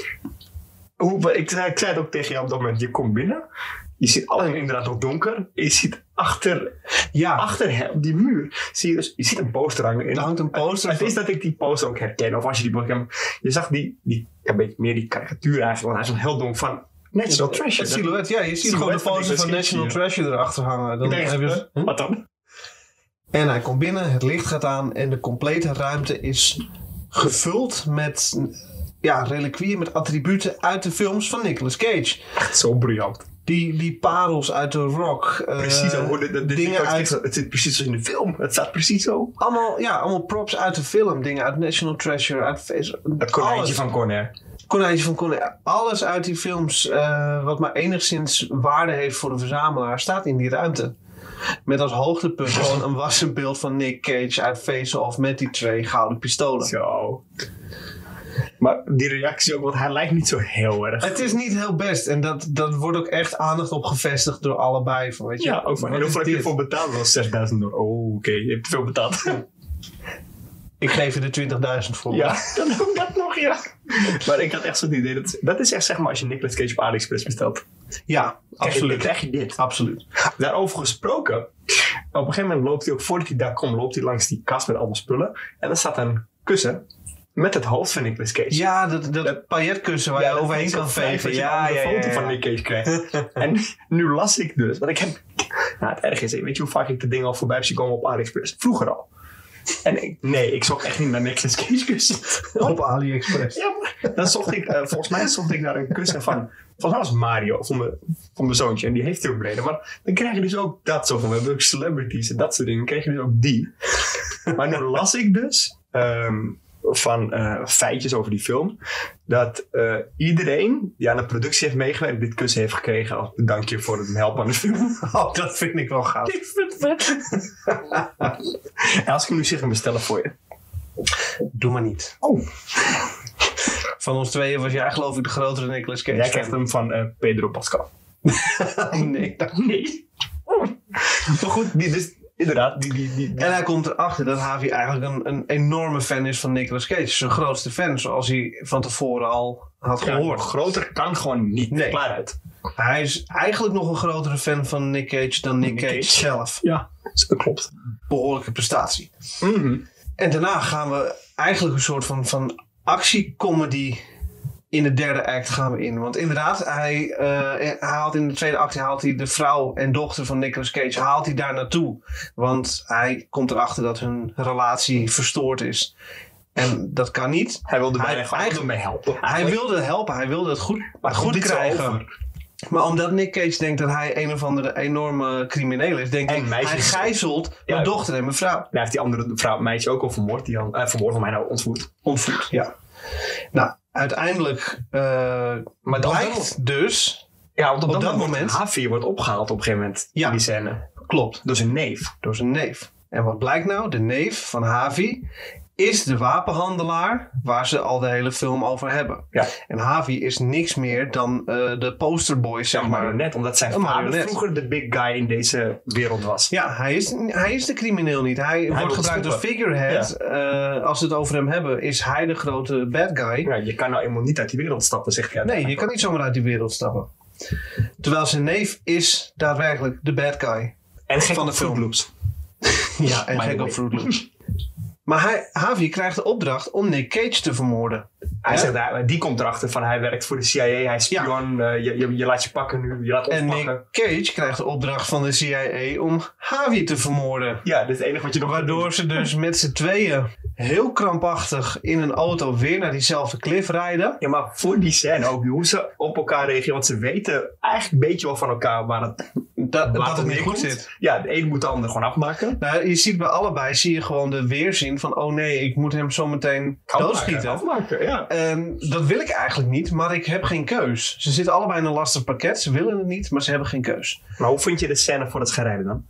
Speaker 2: Ik zei het ook tegen jou op dat moment. Je komt binnen. Je ziet alles inderdaad nog donker. Je ziet achter op die muur. Je ziet een poster hangen.
Speaker 3: Er hangt een poster.
Speaker 2: Het is dat ik die poster ook herken. Of als je die poster... Je zag een beetje meer die karikatuur eigenlijk. Want hij is nog heel donker van... National Treasure.
Speaker 3: Het silhouet, ja. Je ziet gewoon de poster van National Treasure erachter hangen. Dan heb je...
Speaker 2: Wat dan?
Speaker 3: En hij komt binnen, het licht gaat aan en de complete ruimte is gevuld met reliquieën, met attributen uit de films van Nicolas Cage.
Speaker 2: Echt zo briljant.
Speaker 3: Die parels uit de rock.
Speaker 2: Precies zo.
Speaker 3: Dingen uit...
Speaker 2: Het zit precies zoals in de film. Het staat precies zo.
Speaker 3: Allemaal props uit de film. Dingen uit National Treasure, uit Face.
Speaker 2: Het konijntje van Conair.
Speaker 3: Konijntje van Conair. Alles uit die films wat maar enigszins waarde heeft voor de verzamelaar staat in die ruimte. Met als hoogtepunt gewoon een wassenbeeld van Nick Cage uit Face Off met die 2 gouden pistolen.
Speaker 2: Zo. Maar die reactie ook, want hij lijkt niet zo heel erg.
Speaker 3: Het is niet heel best. En dat wordt ook echt aandacht op gevestigd door allebei. Van, weet je,
Speaker 2: ja, ook van. En hoeveel heb je ervoor betaald? Dat was $6.000. Oh, oké. Je hebt te veel betaald.
Speaker 3: Ik geef je er $20.000 voor.
Speaker 2: Ja, dat nog, ja. Maar ik had echt zo'n idee. Dat is echt zeg maar als je Nicolas Cage op AliExpress bestelt.
Speaker 3: Ja, absoluut.
Speaker 2: Krijg je dit.
Speaker 3: Absoluut.
Speaker 2: Daarover gesproken. Op een gegeven moment loopt hij ook, voordat hij daar komt, loopt hij langs die kast met allemaal spullen. En dan staat een kussen met het hoofd van Nicolas Cage.
Speaker 3: Ja, dat pailletkussen waar je overheen kan vegen.
Speaker 2: Ja, een foto van Nick Cage krijgt. En nu las ik dus. Want ik heb... Nou, het erg is, weet je hoe vaak ik de dingen al voorbij heb zien komen op AliExpress? Vroeger al. En ik zocht echt niet naar Nicolas Cage kussen.
Speaker 3: Op AliExpress.
Speaker 2: Ja, maar dan zocht ik, volgens mij zocht ik naar een kussen van... Volgens mij was Mario van mijn zoontje. En die heeft hij ook beneden. Maar dan krijg je dus ook dat zo van. We hebben ook celebrities en dat soort dingen. Dan krijg je dus ook die. Maar nu las ik dus... van feitjes over die film. Dat iedereen die aan de productie heeft meegewerkt dit kussen heeft gekregen als bedankje voor het helpen aan de film.
Speaker 3: Oh, dat vind ik wel gaaf.
Speaker 2: Ik vind het vet. En als ik hem nu zeg en bestellen voor je.
Speaker 3: Doe maar niet.
Speaker 2: Oh.
Speaker 3: Van ons tweeën was jij geloof ik de grotere Nicolas Cage.
Speaker 2: Jij krijgt hem van Pedro Pascal.
Speaker 3: Nee.
Speaker 2: Maar goed, dus inderdaad.
Speaker 3: En hij komt erachter dat Harvey eigenlijk een enorme fan is van Nicolas Cage. Zijn grootste fan, zoals hij van tevoren al had gehoord.
Speaker 2: Groter kan gewoon niet.
Speaker 3: Nee.
Speaker 2: Klaar uit.
Speaker 3: Hij is eigenlijk nog een grotere fan van Nick Cage dan Nick Cage zelf.
Speaker 2: Ja, dat klopt.
Speaker 3: Behoorlijke prestatie.
Speaker 2: Mm-hmm.
Speaker 3: En daarna gaan we eigenlijk een soort van actiecomedy in de derde act gaan we in. Want inderdaad, hij haalt in de tweede act haalt hij de vrouw en dochter van Nicolas Cage haalt hij daar naartoe. Want hij komt erachter dat hun relatie verstoord is. En dat kan niet.
Speaker 2: Hij wilde bijna gewoon mee helpen.
Speaker 3: Hij wilde helpen. Hij wilde het goed krijgen. Maar omdat Nick Cage denkt dat hij een of andere enorme crimineel is, denkt hij gijzelt mijn dochter en mijn vrouw.
Speaker 2: Hij heeft die andere meisje ook al vermoord. Vermoord, mij nou ontvoerd.
Speaker 3: Ontvoerd, ja. Nou, uiteindelijk maar blijkt dus...
Speaker 2: Ja, want op dat moment... H4 wordt opgehaald op een gegeven moment in die scène.
Speaker 3: Klopt.
Speaker 2: Door zijn neef.
Speaker 3: Door zijn neef. En wat blijkt nou? De neef van Harvey is de wapenhandelaar waar ze al de hele film over hebben. Ja. En Harvey is niks meer dan de posterboy, zeg maar.
Speaker 2: Net, omdat zijn vader vroeger de big guy in deze wereld was.
Speaker 3: Ja, hij is de crimineel niet. Hij wordt gebruikt door Figurehead. Ja. Als we het over hem hebben, is hij de grote bad guy.
Speaker 2: Ja, je kan nou eenmaal niet uit die wereld stappen, zeg je.
Speaker 3: Nee, je kan niet zomaar uit die wereld stappen. Terwijl zijn neef is daadwerkelijk de bad guy.
Speaker 2: En gek van de Fruit Loops.
Speaker 3: Ja, en gek op Fruit Loops. Maar Harvey krijgt de opdracht om Nick Cage te vermoorden.
Speaker 2: Hij zegt, die komt erachter van hij werkt voor de CIA, hij is spion, je laat je pakken nu, je laat ons pakken.
Speaker 3: En Nick Cage krijgt de opdracht van de CIA om Harvey te vermoorden.
Speaker 2: Ja, dat is het enige wat je nog...
Speaker 3: Waardoor ze dus met z'n tweeën heel krampachtig in een auto weer naar diezelfde cliff rijden.
Speaker 2: Ja, maar voor die scène ook, hoe ze op elkaar reageren, want ze weten eigenlijk een beetje wel van elkaar waar het
Speaker 3: niet goed zit.
Speaker 2: Ja, de een moet de ander gewoon afmaken.
Speaker 3: Nou, je ziet bij allebei gewoon de weerzin van, oh nee, ik moet hem zo meteen doodschieten.
Speaker 2: Afmaken, ja.
Speaker 3: En dat wil ik eigenlijk niet, maar ik heb geen keus. Ze zitten allebei in een lastig pakket. Ze willen het niet, maar ze hebben geen keus.
Speaker 2: Maar hoe vind je de scène voordat ze gaan rijden dan?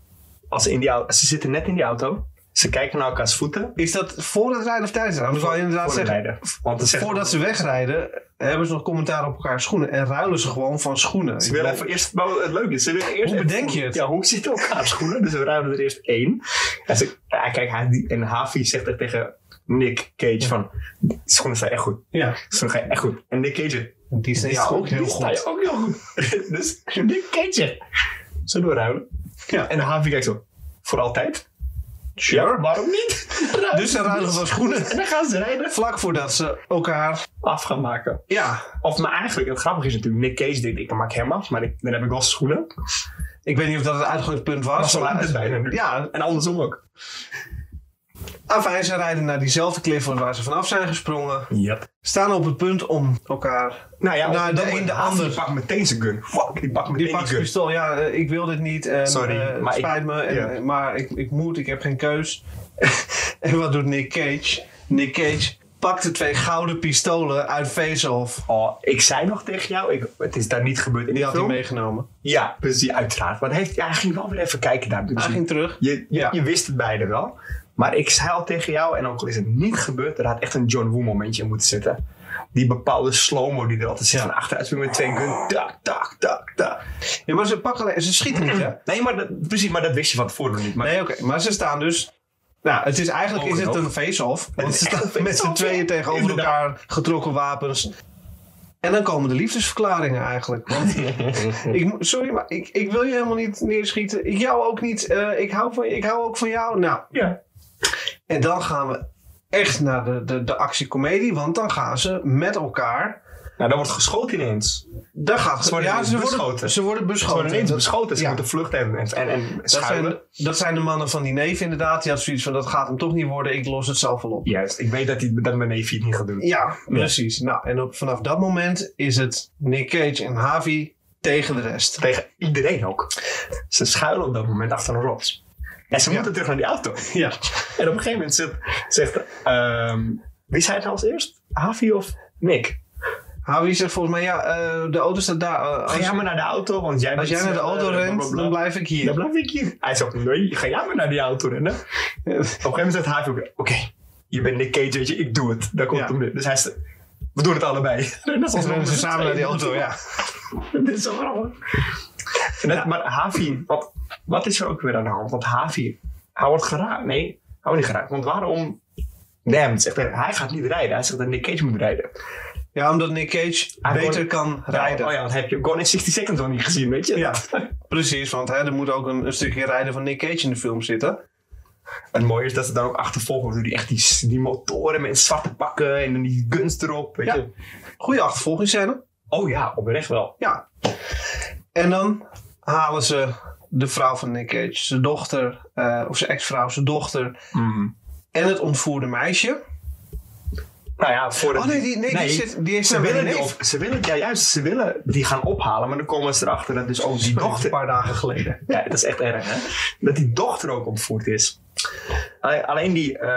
Speaker 2: Ze zitten net in die auto. Ze kijken naar elkaars voeten.
Speaker 3: Is dat voor het rijden of tijdens het rijden? Dat wil je inderdaad zeggen.
Speaker 2: Rijden. Want
Speaker 3: voordat ze wegrijden, hebben ze nog commentaar op elkaar schoenen. En ruilen ze gewoon van schoenen.
Speaker 2: Ze willen even eerst... Het leuke is, ze willen eerst...
Speaker 3: Hoe bedenk je het?
Speaker 2: Ja, hoe zitten elkaar schoenen? Dus we ruilen er eerst één. En Harvey zegt er tegen Nick Cage van... Die schoenen staan echt goed.
Speaker 3: Ja.
Speaker 2: Schoenen gaan echt goed. En Nick Cage...
Speaker 3: Die staan ook heel goed.
Speaker 2: Die staan ook heel goed. Dus Nick Cage... Zullen we ruilen? Ja. En Harvey kijkt zo... Voor altijd? Sure, waarom niet?
Speaker 3: Dus ze ruilen van schoenen.
Speaker 2: En dan gaan ze rijden.
Speaker 3: Vlak voordat ze elkaar
Speaker 2: af gaan maken.
Speaker 3: Ja.
Speaker 2: Maar eigenlijk, het grappige is natuurlijk, Nick Cage denkt, ik maak hem af, maar dan heb ik wel schoenen.
Speaker 3: Ik weet niet of dat het uitgangspunt was.
Speaker 2: Maar zo laat het bijna nu.
Speaker 3: Ja.
Speaker 2: En andersom ook.
Speaker 3: Enfin, ze rijden naar diezelfde cliff waar ze vanaf zijn gesprongen.
Speaker 2: Yep.
Speaker 3: Staan op het punt om elkaar...
Speaker 2: Nou ja,
Speaker 3: de een de ander.
Speaker 2: Die pakt meteen zijn gun. Fuck, die pakt
Speaker 3: zijn pistool. Ja, ik wil dit niet. En,
Speaker 2: sorry.
Speaker 3: Maar spijt me. Maar ik heb geen keus. En wat doet Nick Cage? Nick Cage pakt de 2 gouden pistolen uit Face-Off.
Speaker 2: Oh, ik zei nog tegen jou, het is daar niet gebeurd in
Speaker 3: die
Speaker 2: de
Speaker 3: film. Die had hij meegenomen.
Speaker 2: Ja, precies, uiteraard. Maar hij ging wel weer even kijken daar. Dus
Speaker 3: hij ging terug.
Speaker 2: Je wist het beide wel. Maar ik zei al tegen jou, en ook al is het niet gebeurd, er had echt een John Woo momentje in moeten zitten. Die bepaalde slow-mo die er altijd zit van achteruit met 2 guns. Tak, tak, tak, tak.
Speaker 3: Ja, maar ze schieten niet, hè?
Speaker 2: Nee, maar dat wist je van tevoren nog niet. Maar...
Speaker 3: Nee, oké. Maar ze staan dus... Nou, het is een face-off. Want ze staan met z'n tweeën tegenover elkaar, getrokken wapens. En dan komen de liefdesverklaringen eigenlijk. Want sorry, maar ik wil je helemaal niet neerschieten. Ik jou ook niet. Ik hou ook van jou. Nou. Ja. En dan gaan we echt naar de actiecomedie. Want dan gaan ze met elkaar...
Speaker 2: Nou, dan wordt geschoten ineens.
Speaker 3: Ze worden beschoten. Ze worden
Speaker 2: ineens beschoten. Ze moeten vluchten en schuilen.
Speaker 3: Dat zijn de mannen van die neef inderdaad. Die had zoiets van, dat gaat hem toch niet worden. Ik los het zelf wel op.
Speaker 2: Juist, ik weet dat mijn neef het niet gaat doen.
Speaker 3: Ja, precies. Nou, en vanaf dat moment is het Nick Cage en Harvey tegen de rest.
Speaker 2: Tegen iedereen ook. Ze schuilen op dat moment achter een rots. En ze moeten terug naar die auto.
Speaker 3: Ja.
Speaker 2: En op een gegeven moment zegt wie zei het als eerst? Harvey of Nick?
Speaker 3: Harvey zegt volgens mij, de auto staat daar.
Speaker 2: Ga jij maar naar de auto, want
Speaker 3: als jij naar de auto rent, dan blijf ik hier.
Speaker 2: Dan blijf ik hier. Hij zegt, nee, ga jij maar naar die auto rennen. Op een gegeven moment zegt Harvey, oké, je bent Nick Cage, weet je, ik doe het. Daar komt hem nu. Dus hij zegt, we doen het allebei.
Speaker 3: Dan rennen ze samen naar die auto, ja.
Speaker 2: Dit is zo grappig. Maar Harvey, wat is er ook weer aan de hand? Want Harvey, hij wordt geraakt. Nee, hij wordt niet geraakt. Want waarom? Nee, zegt hij gaat niet rijden. Hij zegt dat Nick Cage moet rijden.
Speaker 3: Ja, omdat Nick Cage beter kan rijden.
Speaker 2: Oh ja, want heb je Gone in 60 Seconds nog niet gezien, weet je?
Speaker 3: Ja, precies. Want er moet ook een stukje rijden van Nick Cage in de film zitten.
Speaker 2: het mooie is dat ze dan ook achtervolgd worden door die motoren met zwarte pakken en die guns erop. Weet je.
Speaker 3: Goeie achtervolgingsscène.
Speaker 2: Oh ja, oprecht wel.
Speaker 3: Ja. En dan halen ze de vrouw van Nick Cage, zijn dochter, of zijn ex-vrouw, zijn dochter en het ontvoerde meisje.
Speaker 2: Nou ja, voor ze willen die gaan ophalen, maar dan komen ze erachter dat dus ook die dochter...
Speaker 3: Een paar dagen geleden.
Speaker 2: Ja, dat is echt erg, hè? Dat die dochter ook ontvoerd is. Alleen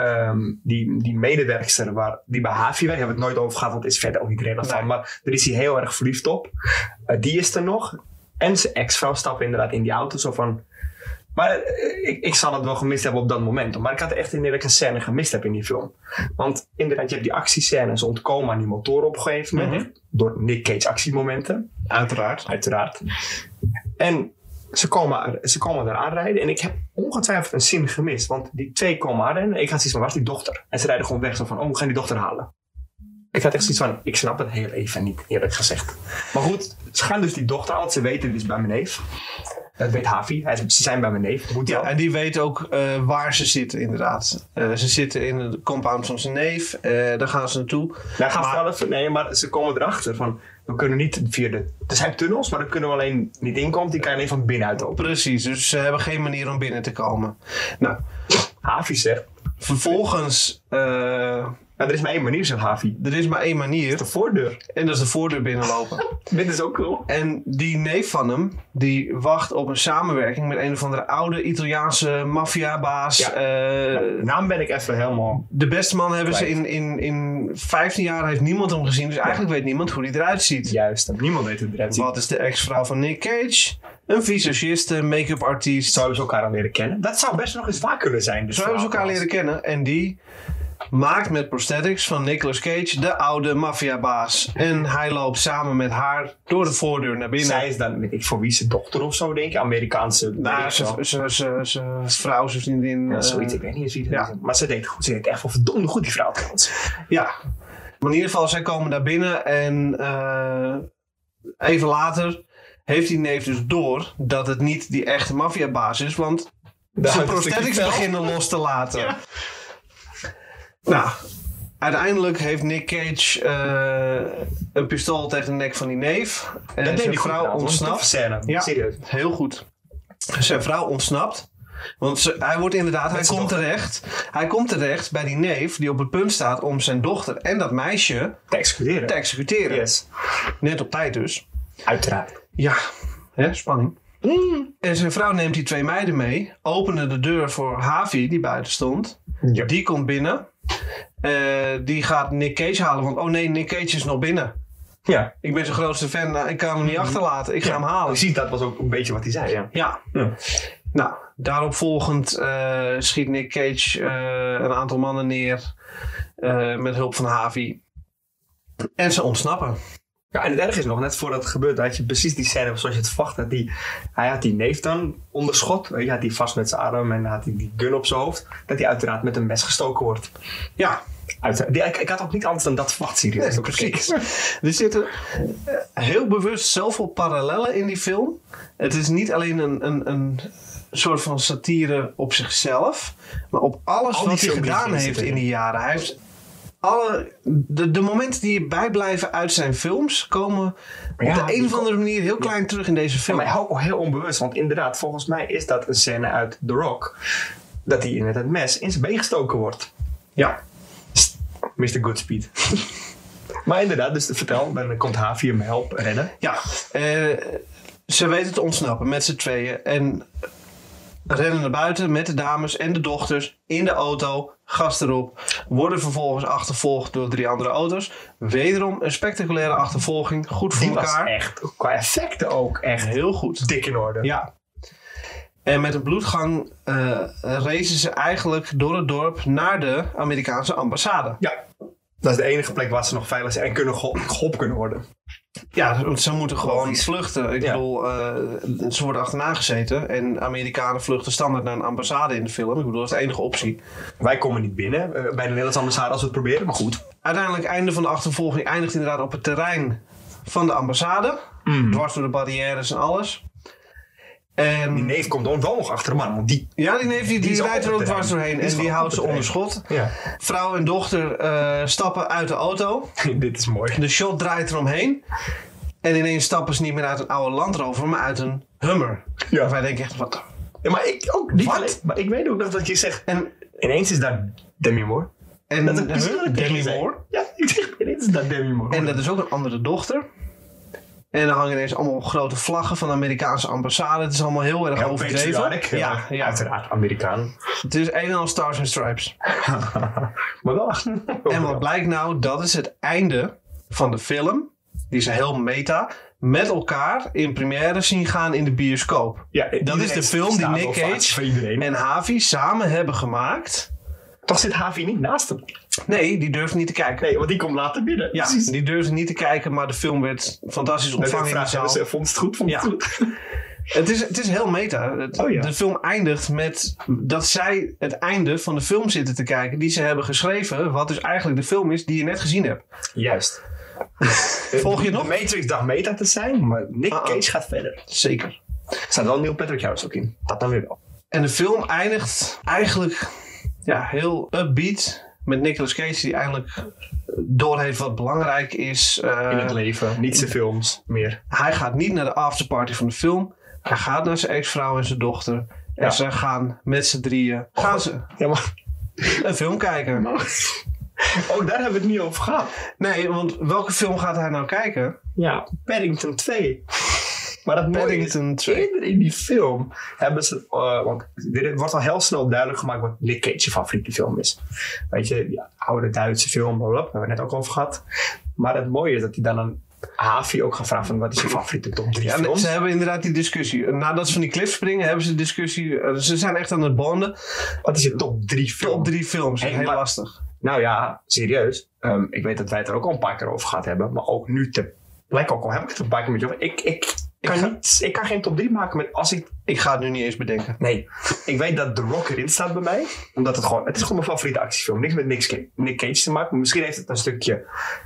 Speaker 2: die medewerkster die bij Havi werkt, hebben we het nooit over gehad, want het is verder ook niet relevant.
Speaker 3: Nee.
Speaker 2: Maar daar is hij heel erg verliefd op. Die is er nog. En zijn ex-vrouw stappen inderdaad in die auto zo van... Maar ik zal het wel gemist hebben op dat moment. Maar ik had echt inderdaad een scène gemist heb in die film. Want inderdaad, je hebt die actiescènes ontkomen aan die motoren op een gegeven moment. Door Nick Cage actiemomenten. Uiteraard. En ze komen daar aanrijden. En ik heb ongetwijfeld een zin gemist. Want die twee komen aanrijden. En ik had zoiets van, waar is die dochter? En ze rijden gewoon weg. Zo van, we gaan die dochter halen. Ik had echt zoiets van, ik snap het heel even niet, eerlijk gezegd. Maar goed, ze gaan dus die dochter halen. Ze weten dus bij mijn neef. Dat weet Havi. Ze zijn bij mijn neef.
Speaker 3: Ja, en die weet ook waar ze zitten, inderdaad. Ze zitten in de compound van zijn neef. Daar gaan ze naartoe.
Speaker 2: Maar ze komen erachter van... We kunnen niet via er zijn tunnels, maar daar kunnen we alleen niet inkomen. Die kan je alleen van binnenuit openen.
Speaker 3: Precies, dus ze hebben geen manier om binnen te komen. Nou,
Speaker 2: Havi zegt...
Speaker 3: Vervolgens...
Speaker 2: er is maar één manier, zegt Havi.
Speaker 3: Er is maar één manier.
Speaker 2: De voordeur.
Speaker 3: En dat is de voordeur binnenlopen.
Speaker 2: Dit is ook cool.
Speaker 3: En die neef van hem, die wacht op een samenwerking met een of andere oude Italiaanse maffiabaas.
Speaker 2: Ja. De naam ben ik even helemaal...
Speaker 3: De beste man hebben ze in 15 jaar heeft niemand hem gezien. Dus eigenlijk weet niemand hoe hij eruit ziet.
Speaker 2: Juist, niemand weet hoe hij eruit ziet.
Speaker 3: Wat is de ex-vrouw van Nick Cage? Een visagist, een make-up artiest.
Speaker 2: Zo hebben ze elkaar al leren kennen. Dat zou best nog eens waar kunnen zijn. Dus
Speaker 3: zo hebben ze elkaar leren kennen. En die maakt met prosthetics van Nicolas Cage de oude maffiabaas. En hij loopt samen met haar door de voordeur naar binnen.
Speaker 2: Zij is dan, weet ik voor wie, zijn dochter of zo, denk ik. Amerikaanse...
Speaker 3: Nou, zijn vrouw, zijn vriendin.
Speaker 2: Ja, zoiets, ik weet niet eens wie het is. Maar ze deed het goed. Ze deed echt wel verdomd goed, die vrouw trouwens.
Speaker 3: Ja. Maar in ieder geval, zij komen daar binnen. En even later heeft die neef dus door dat het niet die echte maffiabaas is. Want zijn prosthetics beginnen los te laten. Ja. Nou, uiteindelijk heeft Nick Cage een pistool tegen de nek van die neef. En zijn vrouw ontsnapt.
Speaker 2: Ja, serieus.
Speaker 3: Heel goed. Zijn vrouw ontsnapt. Want hij wordt inderdaad, hij komt terecht bij die neef die op het punt staat om zijn dochter en dat meisje
Speaker 2: te executeren.
Speaker 3: Yes. Net op tijd dus.
Speaker 2: Uiteraard.
Speaker 3: Ja, spanning. En zijn vrouw neemt die twee meiden mee, opende de deur voor Havi die buiten stond. Ja. Die komt binnen. Die gaat Nick Cage halen, want oh nee, Nick Cage is nog binnen.
Speaker 2: Ja.
Speaker 3: Ik ben zijn grootste fan, ik kan hem niet achterlaten, ik ga hem halen.
Speaker 2: Precies, dat was ook een beetje wat hij zei.
Speaker 3: Ja. Nou, daarop volgend schiet Nick Cage een aantal mannen neer met hulp van Havi. En ze ontsnappen.
Speaker 2: Ja, en het erg is nog, net voordat het gebeurt, had je precies die scène zoals je het verwacht had. Hij had die neef dan onder schot. Je had die vast met zijn arm en had hij die gun op zijn hoofd. Dat hij uiteraard met een mes gestoken wordt.
Speaker 3: Ja.
Speaker 2: Ik had ook niet anders dan dat verwacht, serieus.
Speaker 3: Nee, precies. Er zitten heel bewust zoveel parallellen in die film. Het is niet alleen een soort van satire op zichzelf, maar op alles wat hij gedaan heeft in die jaren. Hij heeft de momenten die bijblijven uit zijn films komen op de een of andere manier heel klein terug in deze film.
Speaker 2: Maar ook heel onbewust, want inderdaad, volgens mij is dat een scène uit The Rock. Dat hij met het mes in zijn been gestoken wordt.
Speaker 3: Ja.
Speaker 2: Mr. Goodspeed. Maar inderdaad, dus vertel, dan komt Havi hem helpen, redden.
Speaker 3: Ja, ze weten te ontsnappen met z'n tweeën en rennen naar buiten met de dames en de dochters in de auto, gas erop, worden vervolgens achtervolgd door 3 andere auto's. Wederom een spectaculaire achtervolging, goed voor elkaar.
Speaker 2: Was echt, qua effecten ook echt
Speaker 3: heel goed.
Speaker 2: Dik in orde.
Speaker 3: Ja. En met een bloedgang racen ze eigenlijk door het dorp naar de Amerikaanse ambassade.
Speaker 2: Ja, dat is de enige plek waar ze nog veilig zijn en geholpen kunnen worden.
Speaker 3: Ja, want ze moeten gewoon vluchten. Ik bedoel, ze worden achterna gezeten. En Amerikanen vluchten standaard naar een ambassade in de film. Ik bedoel, dat is de enige optie.
Speaker 2: Wij komen niet binnen bij de Nederlandse ambassade als we het proberen, maar goed.
Speaker 3: Uiteindelijk, einde van de achtervolging eindigt inderdaad op het terrein van de ambassade. Dwars door de barrières en alles. En
Speaker 2: Die neef komt dan wel nog achter hem aan. Want die
Speaker 3: ja, die neef die
Speaker 2: is
Speaker 3: rijdt er ook
Speaker 2: op het
Speaker 3: dwars
Speaker 2: terrein.
Speaker 3: doorheen.
Speaker 2: Die is
Speaker 3: En die
Speaker 2: gewoon
Speaker 3: houdt
Speaker 2: op
Speaker 3: ze
Speaker 2: het
Speaker 3: onder schot.
Speaker 2: ja.
Speaker 3: Vrouw en dochter stappen uit de auto.
Speaker 2: Dit is mooi.
Speaker 3: De shot draait eromheen. En ineens stappen ze niet meer uit een oude Land Rover, maar uit een Hummer.
Speaker 2: Ja.
Speaker 3: En wij denken echt, wat?
Speaker 2: Ja, maar ik ook niet.
Speaker 3: Wat?
Speaker 2: Alleen, maar ik weet ook nog dat je zegt...
Speaker 3: En
Speaker 2: Ineens is daar Demi Moore. Dat is precies wat ik tegen
Speaker 3: Demi
Speaker 2: je zei.
Speaker 3: Moore.
Speaker 2: Ja, ik zeg ineens is daar Demi Moore.
Speaker 3: En dat is ook een andere dochter. En er hangen ineens allemaal grote vlaggen van de Amerikaanse ambassade. Het is allemaal heel erg
Speaker 2: heel
Speaker 3: overdreven.
Speaker 2: patriotic.
Speaker 3: Ja.
Speaker 2: Uiteraard Amerikaan.
Speaker 3: Het is een en al Stars and Stripes.
Speaker 2: Maar wel.
Speaker 3: En wat blijkt nou? Dat is het einde van de film. Die is heel meta. Met elkaar in première zien gaan in de bioscoop.
Speaker 2: Ja,
Speaker 3: Dat is de film die Nick Cage
Speaker 2: van iedereen.
Speaker 3: en Havi samen hebben gemaakt.
Speaker 2: Toch zit Havi niet naast hem.
Speaker 3: Nee, die durfde niet te kijken.
Speaker 2: Nee, want die komt later binnen.
Speaker 3: Ja,
Speaker 2: Precies.
Speaker 3: die durfde niet te kijken, maar de film werd fantastisch ontvangen in de zaal.
Speaker 2: Vond het goed? Vond het
Speaker 3: Ja.
Speaker 2: goed?
Speaker 3: Het is heel meta.
Speaker 2: Oh ja.
Speaker 3: De film eindigt met dat zij het einde van de film zitten te kijken die ze hebben geschreven. Wat dus eigenlijk de film is die je net gezien hebt.
Speaker 2: Juist.
Speaker 3: Volg je nog?
Speaker 2: De Matrix dacht meta te zijn, maar Nick Cage gaat verder.
Speaker 3: Zeker.
Speaker 2: Er staat wel Neil Patrick Harris ook in. Dat dan weer wel.
Speaker 3: En de film eindigt eigenlijk heel upbeat. Met Nicolas Cage die eigenlijk doorheeft wat belangrijk is.
Speaker 2: In het leven. Niet zijn films meer.
Speaker 3: Hij gaat niet naar de afterparty van de film. Hij gaat naar zijn ex-vrouw en zijn dochter. En
Speaker 2: Ja.
Speaker 3: ze gaan met z'n drieën ze
Speaker 2: Ja, maar...
Speaker 3: een film kijken.
Speaker 2: Oh, daar hebben we het niet over gehad.
Speaker 3: Nee, want welke film gaat hij nou kijken?
Speaker 2: Ja, Paddington 2. Maar dat mooie is,
Speaker 3: Paddington 2.
Speaker 2: eerder in die film hebben ze... want dit wordt al heel snel duidelijk gemaakt wat Nick Cage's favoriete film is. Weet je, die oude Duitse film, blablabla, daar hebben we het net ook over gehad. Maar het mooie is dat hij dan een Havi ook gaat vragen van wat is je favoriete top 3
Speaker 3: Ja,
Speaker 2: films?
Speaker 3: ze hebben inderdaad die discussie. Nadat ze van die cliff springen, hebben ze de discussie. Ze zijn echt aan het bonden.
Speaker 2: Wat is je top 3 film?
Speaker 3: Top 3 films.
Speaker 2: Hey,
Speaker 3: heel
Speaker 2: maar-
Speaker 3: lastig.
Speaker 2: Nou ja, serieus. Ik weet dat wij het er ook al een paar keer over gehad hebben. Maar ook nu te plek, ook al heb ik het een paar keer met je over. Ik kan geen top 3 maken met als ik...
Speaker 3: Ik ga het nu niet eens bedenken.
Speaker 2: Nee, ik weet dat The Rock erin staat bij mij. Omdat het is gewoon mijn favoriete actiefilm. Niks met Nick Cage te maken. Maar misschien heeft het een stukje...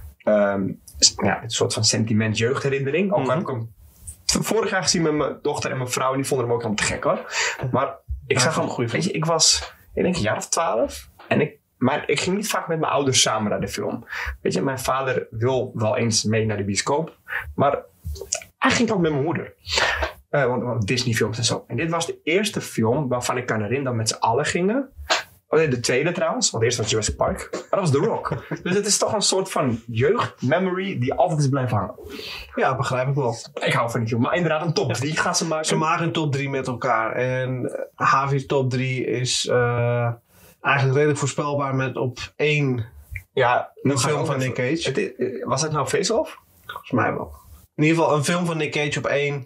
Speaker 2: een soort van sentiment jeugdherinnering. Ook heb ik hem vorig jaar gezien met mijn dochter en mijn vrouw. En die vonden hem ook helemaal te gek hoor. Maar ik zag hem...
Speaker 3: goede film.
Speaker 2: Weet je, ik was... Ik denk een jaar of 12. Maar ik ging niet vaak met mijn ouders samen naar de film. Weet je, mijn vader wil wel eens mee naar de bioscoop. Maar hij ging ook met mijn moeder. Want Disney films en zo. En dit was de eerste film waarvan ik kan herinneren dat we met z'n allen gingen. Oh nee, de tweede trouwens. Want eerst was Jurassic Park. Maar dat was The Rock. Dus het is toch een soort van jeugdmemory die altijd is blijven hangen.
Speaker 3: Ja, begrijp ik wel.
Speaker 2: Ik hou van die film. Maar inderdaad, een top 3 gaan ze maken.
Speaker 3: Ze maken een top 3 met elkaar. En Havi's top 3 is eigenlijk redelijk voorspelbaar met op 1
Speaker 2: Ja,
Speaker 3: een film van Nick Cage.
Speaker 2: Was het nou Face Off?
Speaker 3: Volgens mij wel. In ieder geval een film van Nick Cage op 1.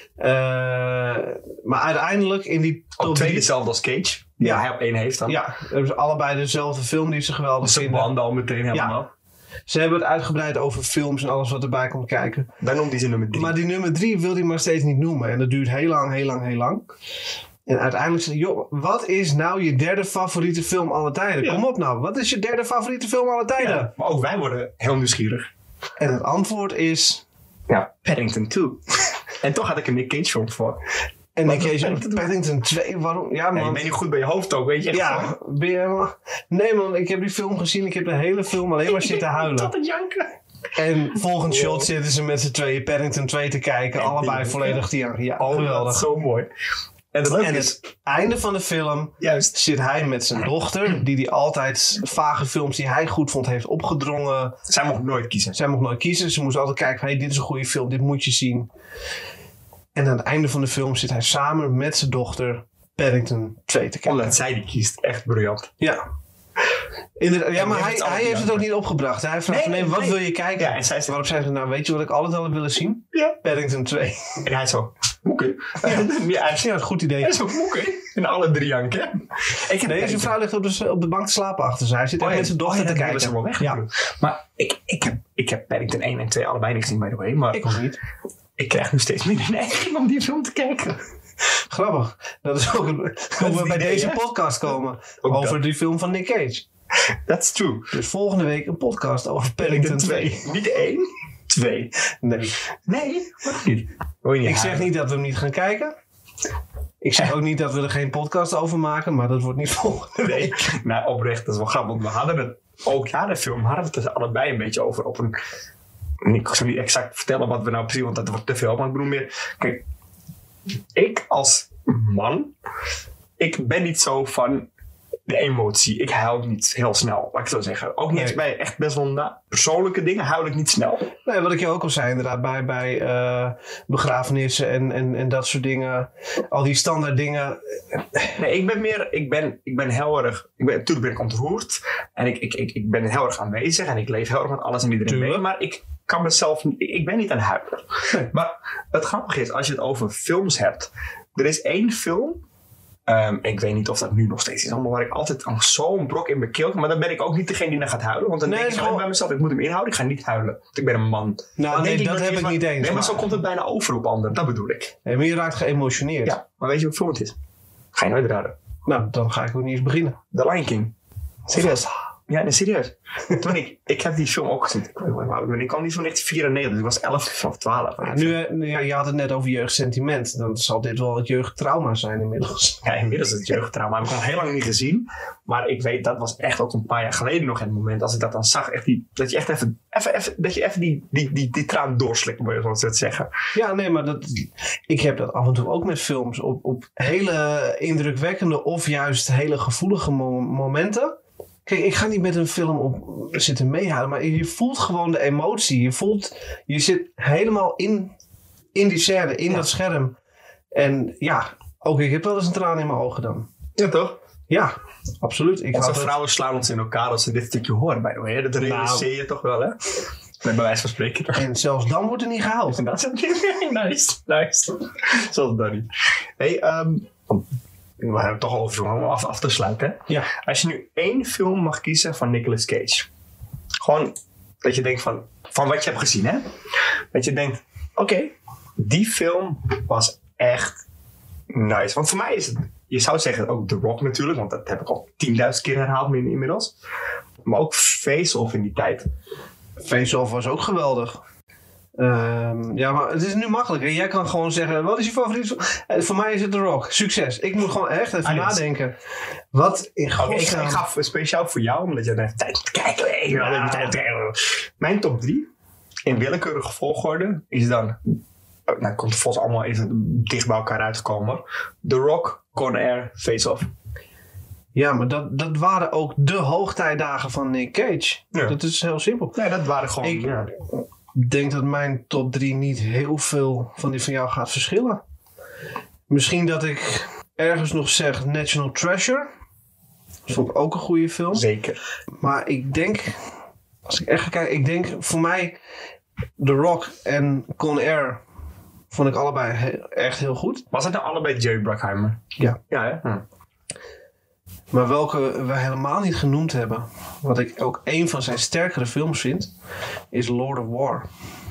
Speaker 3: Maar uiteindelijk in die top
Speaker 2: Op 2
Speaker 3: 3...
Speaker 2: hetzelfde als Cage. Die
Speaker 3: Ja.
Speaker 2: hij op 1 heeft dan.
Speaker 3: Ja, hebben ze allebei dezelfde film die ze geweldig
Speaker 2: Ze
Speaker 3: vinden.
Speaker 2: banden al meteen helemaal.
Speaker 3: Ze hebben het uitgebreid over films en alles wat erbij komt kijken.
Speaker 2: Daar noemt hij ze nummer 3.
Speaker 3: Maar die nummer 3 wil hij maar steeds niet noemen. En dat duurt heel lang. En uiteindelijk zei hij, joh, wat is nou je derde favoriete film alle tijden?
Speaker 2: Ja.
Speaker 3: Kom op nou, wat is je derde favoriete film alle tijden?
Speaker 2: Ja, maar ook wij worden heel nieuwsgierig.
Speaker 3: En het antwoord is...
Speaker 2: Ja, Paddington 2. En toch had ik een Nick Cage film voor.
Speaker 3: En
Speaker 2: Wat
Speaker 3: Nick
Speaker 2: is
Speaker 3: Cage, Paddington 2, waarom? Ja,
Speaker 2: Nee, je
Speaker 3: man.
Speaker 2: bent niet goed bij je hoofd ook, weet je. Echt
Speaker 3: Ja,
Speaker 2: gewoon.
Speaker 3: ben je helemaal... Nee man, ik heb die film gezien. Ik heb de hele film alleen maar zitten huilen.
Speaker 2: Tot het janken.
Speaker 3: En volgend shot zitten ze met z'n tweeën Paddington 2 te kijken.
Speaker 2: En
Speaker 3: allebei
Speaker 2: die-
Speaker 3: volledig te janken. Ja,
Speaker 2: Oh, dat
Speaker 3: geweldig.
Speaker 2: is zo mooi. En het leuke
Speaker 3: En
Speaker 2: is...
Speaker 3: het einde van de film
Speaker 2: Juist.
Speaker 3: zit hij met zijn dochter, die hij altijd vage films die hij goed vond heeft opgedrongen.
Speaker 2: Zij mocht nooit kiezen.
Speaker 3: Zij mocht nooit kiezen. Ze moest altijd kijken van, hey, dit is een goede film, dit moet je zien. En aan het einde van de film zit hij samen met zijn dochter Paddington 2 te kijken.
Speaker 2: Omdat zij die kiest. Echt briljant.
Speaker 3: Ja. Inderdaad, ja, maar
Speaker 2: die heeft het
Speaker 3: hij
Speaker 2: altijd
Speaker 3: heeft het ook
Speaker 2: janken.
Speaker 3: niet opgebracht. Hij vraagt van,
Speaker 2: Nee,
Speaker 3: nee, wat
Speaker 2: nee.
Speaker 3: wil je kijken?
Speaker 2: Ja, en zij zei...
Speaker 3: Waarop zei ze, nou weet je wat ik altijd al heb willen zien?
Speaker 2: Ja.
Speaker 3: Paddington 2.
Speaker 2: En hij zo... Moeke. Ja, hij
Speaker 3: Ja, een goed idee.
Speaker 2: is ook moeke. En alle 3 janken. Ik heb
Speaker 3: Nee, zijn vrouw ligt op de bank te slapen achter ze. Hij zit echt met zijn dochter te
Speaker 2: Dat
Speaker 3: kijken.
Speaker 2: is wel weg.
Speaker 3: Ja,
Speaker 2: Maar ik heb Paddington 1 en 2 allebei niet gezien, by the way. Maar
Speaker 3: ik ook niet.
Speaker 2: ik krijg nu steeds minder neiging om die film te kijken.
Speaker 3: Grappig. Dat is ook hoe we bij
Speaker 2: idee,
Speaker 3: deze
Speaker 2: hè?
Speaker 3: podcast komen.
Speaker 2: Ook
Speaker 3: Over
Speaker 2: dat.
Speaker 3: die film van Nick Cage.
Speaker 2: That's true.
Speaker 3: Dus volgende week een podcast over Paddington 2.
Speaker 2: Niet 1, 2.
Speaker 3: Nee.
Speaker 2: Nee, wat niet? Wil je niet
Speaker 3: Ik zeg
Speaker 2: huilen?
Speaker 3: niet dat we hem niet gaan kijken. Ik zeg ook niet dat we er geen podcast over maken, maar dat wordt niet volgende week.
Speaker 2: Nee, nou oprecht, dat is wel grappig. Want we hadden het ook na de film, hadden we het er allebei een beetje over. Op een, ik zal niet exact vertellen wat we nou precies, want dat wordt te veel. Maar ik bedoel meer, kijk, ik als man, ik ben niet zo van de emotie. Ik huil niet heel snel, laat ik het zo zeggen. Ook niet eens bij echt best wel persoonlijke dingen huil ik niet snel.
Speaker 3: Nee, wat ik je ook al zei inderdaad, bij begrafenissen en dat soort dingen. Al die standaard dingen.
Speaker 2: Nee, ik ben heel erg, natuurlijk ben ik ontroerd. En ik ben heel erg aanwezig en ik leef heel erg met alles en iedereen mee. Maar ik kan mezelf, ik ben niet aan het huilen. Nee. Maar het grappige is, als je het over films hebt. Er is één film. Ik weet niet of dat nu nog steeds is. Maar waar ik altijd zo'n brok in mijn keel. Maar dan ben ik ook niet degene die naar gaat huilen. Want dan denk ik gewoon bij mezelf. Ik moet hem inhouden. Ik ga niet huilen. Want ik ben een man.
Speaker 3: Nou nee, dat heb ik niet eens.
Speaker 2: Nee, maar zo komt het bijna over op anderen. Dat bedoel ik.
Speaker 3: Nee, maar je raakt geëmotioneerd.
Speaker 2: Ja, maar weet je wat film het is? Ga je nooit raden.
Speaker 3: Nou, dan ga ik ook niet eens beginnen.
Speaker 2: The Lion King. Serieus? Ja, nee, serieus. Toen ik heb die film ook gezien. Ik kwam niet van 1994, dus ik was 11 of 12.
Speaker 3: Ja, je had het net over jeugdsentiment. Dan zal dit wel het jeugdtrauma zijn inmiddels.
Speaker 2: Ja, inmiddels is het jeugdtrauma. Heb ik al heel lang niet gezien. Maar ik weet, dat was echt ook een paar jaar geleden nog het moment. Als ik dat dan zag, echt dat je echt even die traan doorslikt, moet je zoals het zeggen.
Speaker 3: Ja, nee, maar ik heb dat af en toe ook met films. Op hele indrukwekkende of juist hele gevoelige momenten. Kijk, ik ga niet met een film op zitten meehouden, maar je voelt gewoon de emotie. Je zit helemaal in die scène, in dat scherm. En ja, ook ik heb wel eens een traan in mijn ogen dan.
Speaker 2: Ja, toch?
Speaker 3: Ja, absoluut.
Speaker 2: Onze vrouwen slaan ons in elkaar als ze dit stukje horen, by the way. Dat realiseer je toch wel, hè? Bij wijze van spreken.
Speaker 3: En zelfs dan wordt er niet gehaald.
Speaker 2: Dat is nice. Zoals dat niet. Hey, we hebben het toch al over om af te sluiten. Hè?
Speaker 3: Ja.
Speaker 2: Als je nu één film mag kiezen van Nicolas Cage. Gewoon dat je denkt van wat je hebt gezien. Hè? Dat je denkt, oké, die film was echt nice. Want voor mij is het, je zou zeggen ook The Rock natuurlijk. Want dat heb ik al 10.000 keer herhaald inmiddels. Maar ook Face Off in die tijd.
Speaker 3: Face Off was ook geweldig. Ja, maar het is nu makkelijk. Hè? Jij kan gewoon zeggen, wat is je favoriet? Voor mij is het The Rock. Succes. Ik moet gewoon echt even nadenken. Wat in godsnaam...
Speaker 2: Ik ga speciaal voor jou, omdat je dan even tijd te kijken. Ja. Mijn top 3, in willekeurige volgorde, is dan... Nou, komt er volgens allemaal even dicht bij elkaar uitgekomen. The Rock, Con Air, Face Off.
Speaker 3: Ja, maar dat waren ook de hoogtijdagen van Nick Cage. Ja. Dat is heel simpel.
Speaker 2: Nee, dat waren gewoon...
Speaker 3: Ik denk dat mijn top 3 niet heel veel van die van jou gaat verschillen. Misschien dat ik ergens nog zeg National Treasure. Dat vond ik ook een goede film.
Speaker 2: Zeker.
Speaker 3: Maar ik denk, als ik echt ga kijken, ik denk voor mij The Rock en Con Air vond ik allebei echt heel goed.
Speaker 2: Was het nou allebei Jerry Bruckheimer?
Speaker 3: Ja.
Speaker 2: Ja, hè?
Speaker 3: Maar welke we helemaal niet genoemd hebben, wat ik ook een van zijn sterkere films vind, is Lord of War.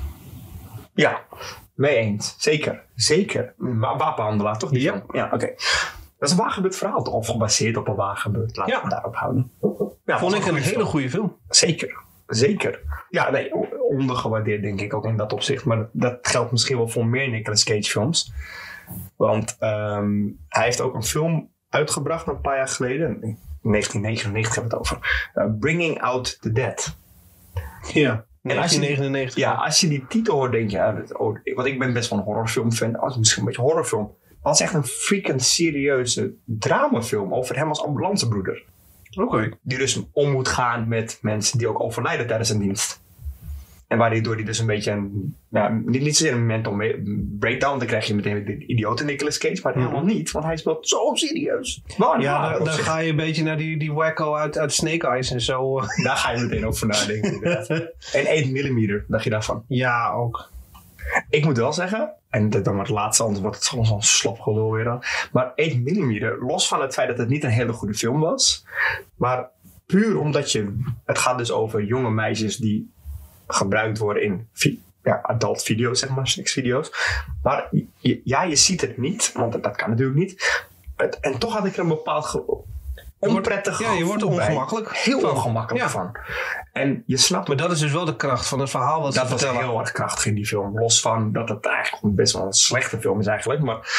Speaker 2: Ja, mee eens. Zeker. Wapenhandelaar, toch?
Speaker 3: Ja.
Speaker 2: Ja, oké. Dat is een waargebeurd verhaal, of gebaseerd op een waargebeurd. Laten we daarop houden.
Speaker 3: Ja, vond ik een hele goede film.
Speaker 2: Zeker. Ja, nee, ondergewaardeerd denk ik ook in dat opzicht. Maar dat geldt misschien wel voor meer Nicolas Cage films. Want hij heeft ook een film uitgebracht een paar jaar geleden. In 1999 hebben we het over. Bringing Out the Dead.
Speaker 3: Ja, 1999.
Speaker 2: Als je die titel hoort, denk je... want ik ben best wel een horrorfilm-fan. Misschien een beetje horrorfilm. Maar het is echt een freaking serieuze dramafilm over hem als ambulancebroeder.
Speaker 3: Oké.
Speaker 2: Die dus om moet gaan met mensen die ook overlijden tijdens een dienst. En waardoor hij dus een beetje niet zozeer een mental breakdown. Dan krijg je meteen de idiote Nicolas Cage. Maar helemaal niet, want hij speelt zo serieus.
Speaker 3: Dan ga je een beetje naar die wacko uit Snake Eyes en zo.
Speaker 2: Daar ga je meteen over nadenken. En 8 mm, dacht je daarvan?
Speaker 3: Ja, ook.
Speaker 2: Ik moet wel zeggen, en dan maar het laatste, anders wordt het gewoon zo'n slap gelul weer dan. Maar 8 mm, los van het feit dat het niet een hele goede film was. Maar puur omdat het gaat dus over jonge meisjes die gebruikt worden in adult video's, zeg maar, seksvideo's. Maar je ziet het niet, want dat kan natuurlijk niet. En toch had ik er een bepaald onprettig gevoel.
Speaker 3: Ja, je wordt er ongemakkelijk.
Speaker 2: Heel ongemakkelijk van. En je snapt...
Speaker 3: Maar dat is dus wel de kracht van het verhaal wat ze vertellen.
Speaker 2: Dat was heel erg krachtig in die film. Los van dat het eigenlijk best wel een slechte film is eigenlijk. Maar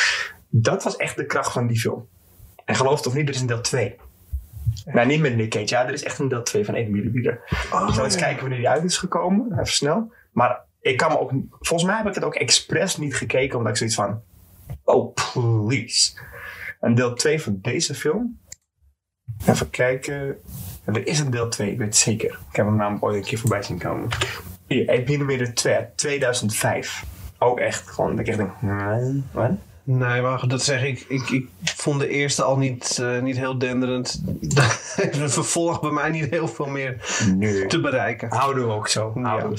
Speaker 2: Dat was echt de kracht van die film. En geloof het of niet, er is een deel 2. Nou, niet met Nick Cage. Ja, er is echt een deel 2 van 1 mm. Ik zal eens kijken wanneer die uit is gekomen. Even snel. Maar ik kan me ook... Volgens mij heb ik het ook expres niet gekeken. Omdat ik zoiets van... Oh, please. En deel 2 van deze film... Even kijken... Er is een deel 2, ik weet het zeker. Ik heb hem namelijk ooit een keer voorbij zien komen. Hier, 1 mm 2, 2005. Ook echt. Gewoon dat ik echt denk... Wat?
Speaker 3: Nee, maar dat zeg ik. Ik vond de eerste al niet heel denderend. Het vervolg bij mij niet heel veel meer te bereiken.
Speaker 2: Houden we ook zo.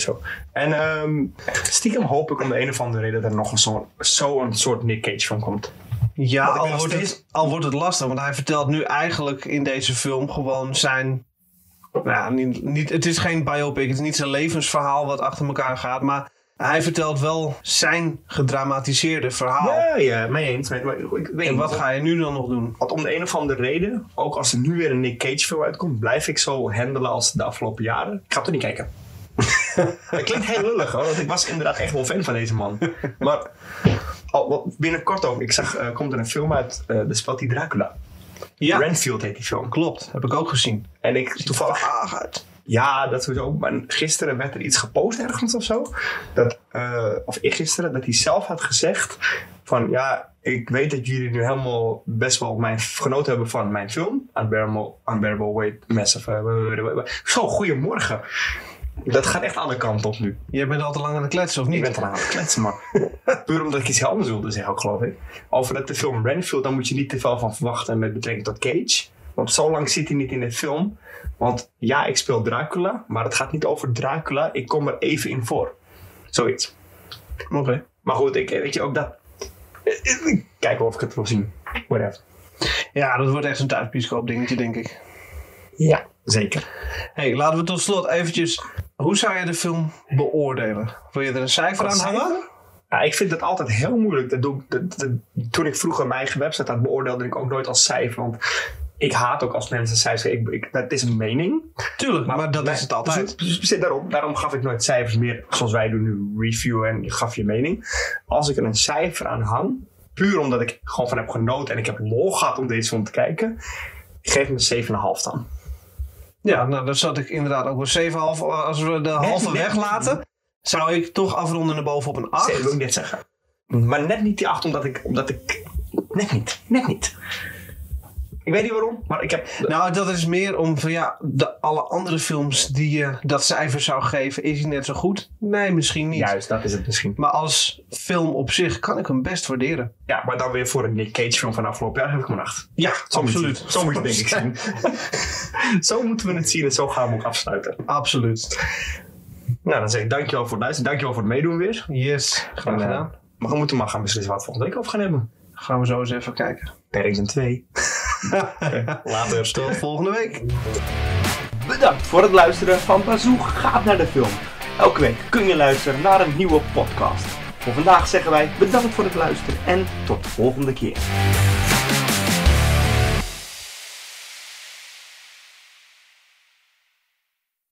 Speaker 2: En stiekem hoop ik om de een of andere reden dat er nog zo'n soort Nick Cage film komt.
Speaker 3: Ja, al wordt het lastig. Want hij vertelt nu eigenlijk in deze film gewoon zijn... Nou, het is geen biopic. Het is niet zijn levensverhaal wat achter elkaar gaat. Maar... Hij vertelt wel zijn gedramatiseerde verhaal.
Speaker 2: Ja, mee eens.
Speaker 3: En wat ga je nu dan nog doen?
Speaker 2: Want om de een of andere reden, ook als er nu weer een Nick Cage film uitkomt, blijf ik zo handelen als de afgelopen jaren. Ik ga het er niet kijken. Dat klinkt heel lullig hoor, want ik was inderdaad echt wel fan van deze man. Maar binnenkort ook, ik zag, komt er een film uit, de speelt die Dracula.
Speaker 3: Ja.
Speaker 2: Renfield heet die film.
Speaker 3: Klopt, heb ik ook gezien.
Speaker 2: En ik toevallig... uit. Ja, dat sowieso. Maar gisteren werd er iets gepost ergens of zo. Of eergisteren, dat hij zelf had gezegd van... Ja, ik weet dat jullie nu helemaal best wel genoten hebben van mijn film. Unbearable Weight Massive. Zo, goedemorgen. Dat gaat echt aan de kant op nu.
Speaker 3: Jij bent al te lang aan het kletsen, of niet?
Speaker 2: Ik ben te lang aan het kletsen, maar... Puur omdat ik iets heel anders wilde zeggen, ook, geloof ik. Over dat de film Renfield, daar moet je niet te veel van verwachten met betrekking tot Cage. Want zo lang zit hij niet in de film... Want ja, ik speel Dracula, maar het gaat niet over Dracula. Ik kom er even in voor. Zoiets.
Speaker 3: Oké.
Speaker 2: Maar goed, weet je ook dat... Kijken of ik het wil zien. Whatever.
Speaker 3: Ja, dat wordt echt een thuisbioscoop dingetje, denk ik.
Speaker 2: Ja, zeker.
Speaker 3: Hey, laten we tot slot eventjes... Hoe zou je de film beoordelen? Wil je er een cijfer aan hangen?
Speaker 2: Ja, ik vind dat altijd heel moeilijk. Toen ik vroeger mijn eigen website had, beoordeelde ik ook nooit als cijfer. Want... Ik haat ook als mensen cijfers... Dat is een mening.
Speaker 3: Tuurlijk, maar dat is het altijd.
Speaker 2: Daarom gaf ik nooit cijfers meer. Zoals wij doen nu, review en je gaf je mening. Als ik er een cijfer aan hang... Puur omdat ik gewoon van heb genoten... En ik heb lol gehad om deze film te kijken... Ik geef hem een 7,5 dan.
Speaker 3: Ja, nou dan zat ik inderdaad ook een 7,5. Als we de halve weg laten... Zou ik toch afronden naar boven op een 8.
Speaker 2: Dat wil ik net zeggen. Maar net niet die 8 omdat ik... Net niet. Ik weet niet waarom, maar ik heb...
Speaker 3: Nou, dat is meer om van alle andere films die je dat cijfer zou geven, is hij net zo goed? Nee, misschien niet.
Speaker 2: Juist, dat is het misschien.
Speaker 3: Maar als film op zich kan ik hem best waarderen.
Speaker 2: Ja, maar dan weer voor een Nick Cage film van afgelopen jaar heb ik hem een 8.
Speaker 3: Ja, absoluut.
Speaker 2: Zo moet je het denk ik zien. Zo moeten we het zien en zo gaan we ook afsluiten.
Speaker 3: Absoluut.
Speaker 2: Nou, dan zeg ik dankjewel voor het luisteren. Dankjewel voor het meedoen weer.
Speaker 3: Yes, graag gedaan.
Speaker 2: Maar we moeten maar gaan beslissen wat we volgende week over gaan hebben.
Speaker 3: Gaan we zo eens even kijken.
Speaker 2: Paddington 2. Later.
Speaker 3: Tot volgende week.
Speaker 1: Bedankt voor het luisteren van Bazoo gaat naar de film. Elke week kun je luisteren naar een nieuwe podcast. Voor vandaag zeggen wij bedankt voor het luisteren en tot de volgende keer.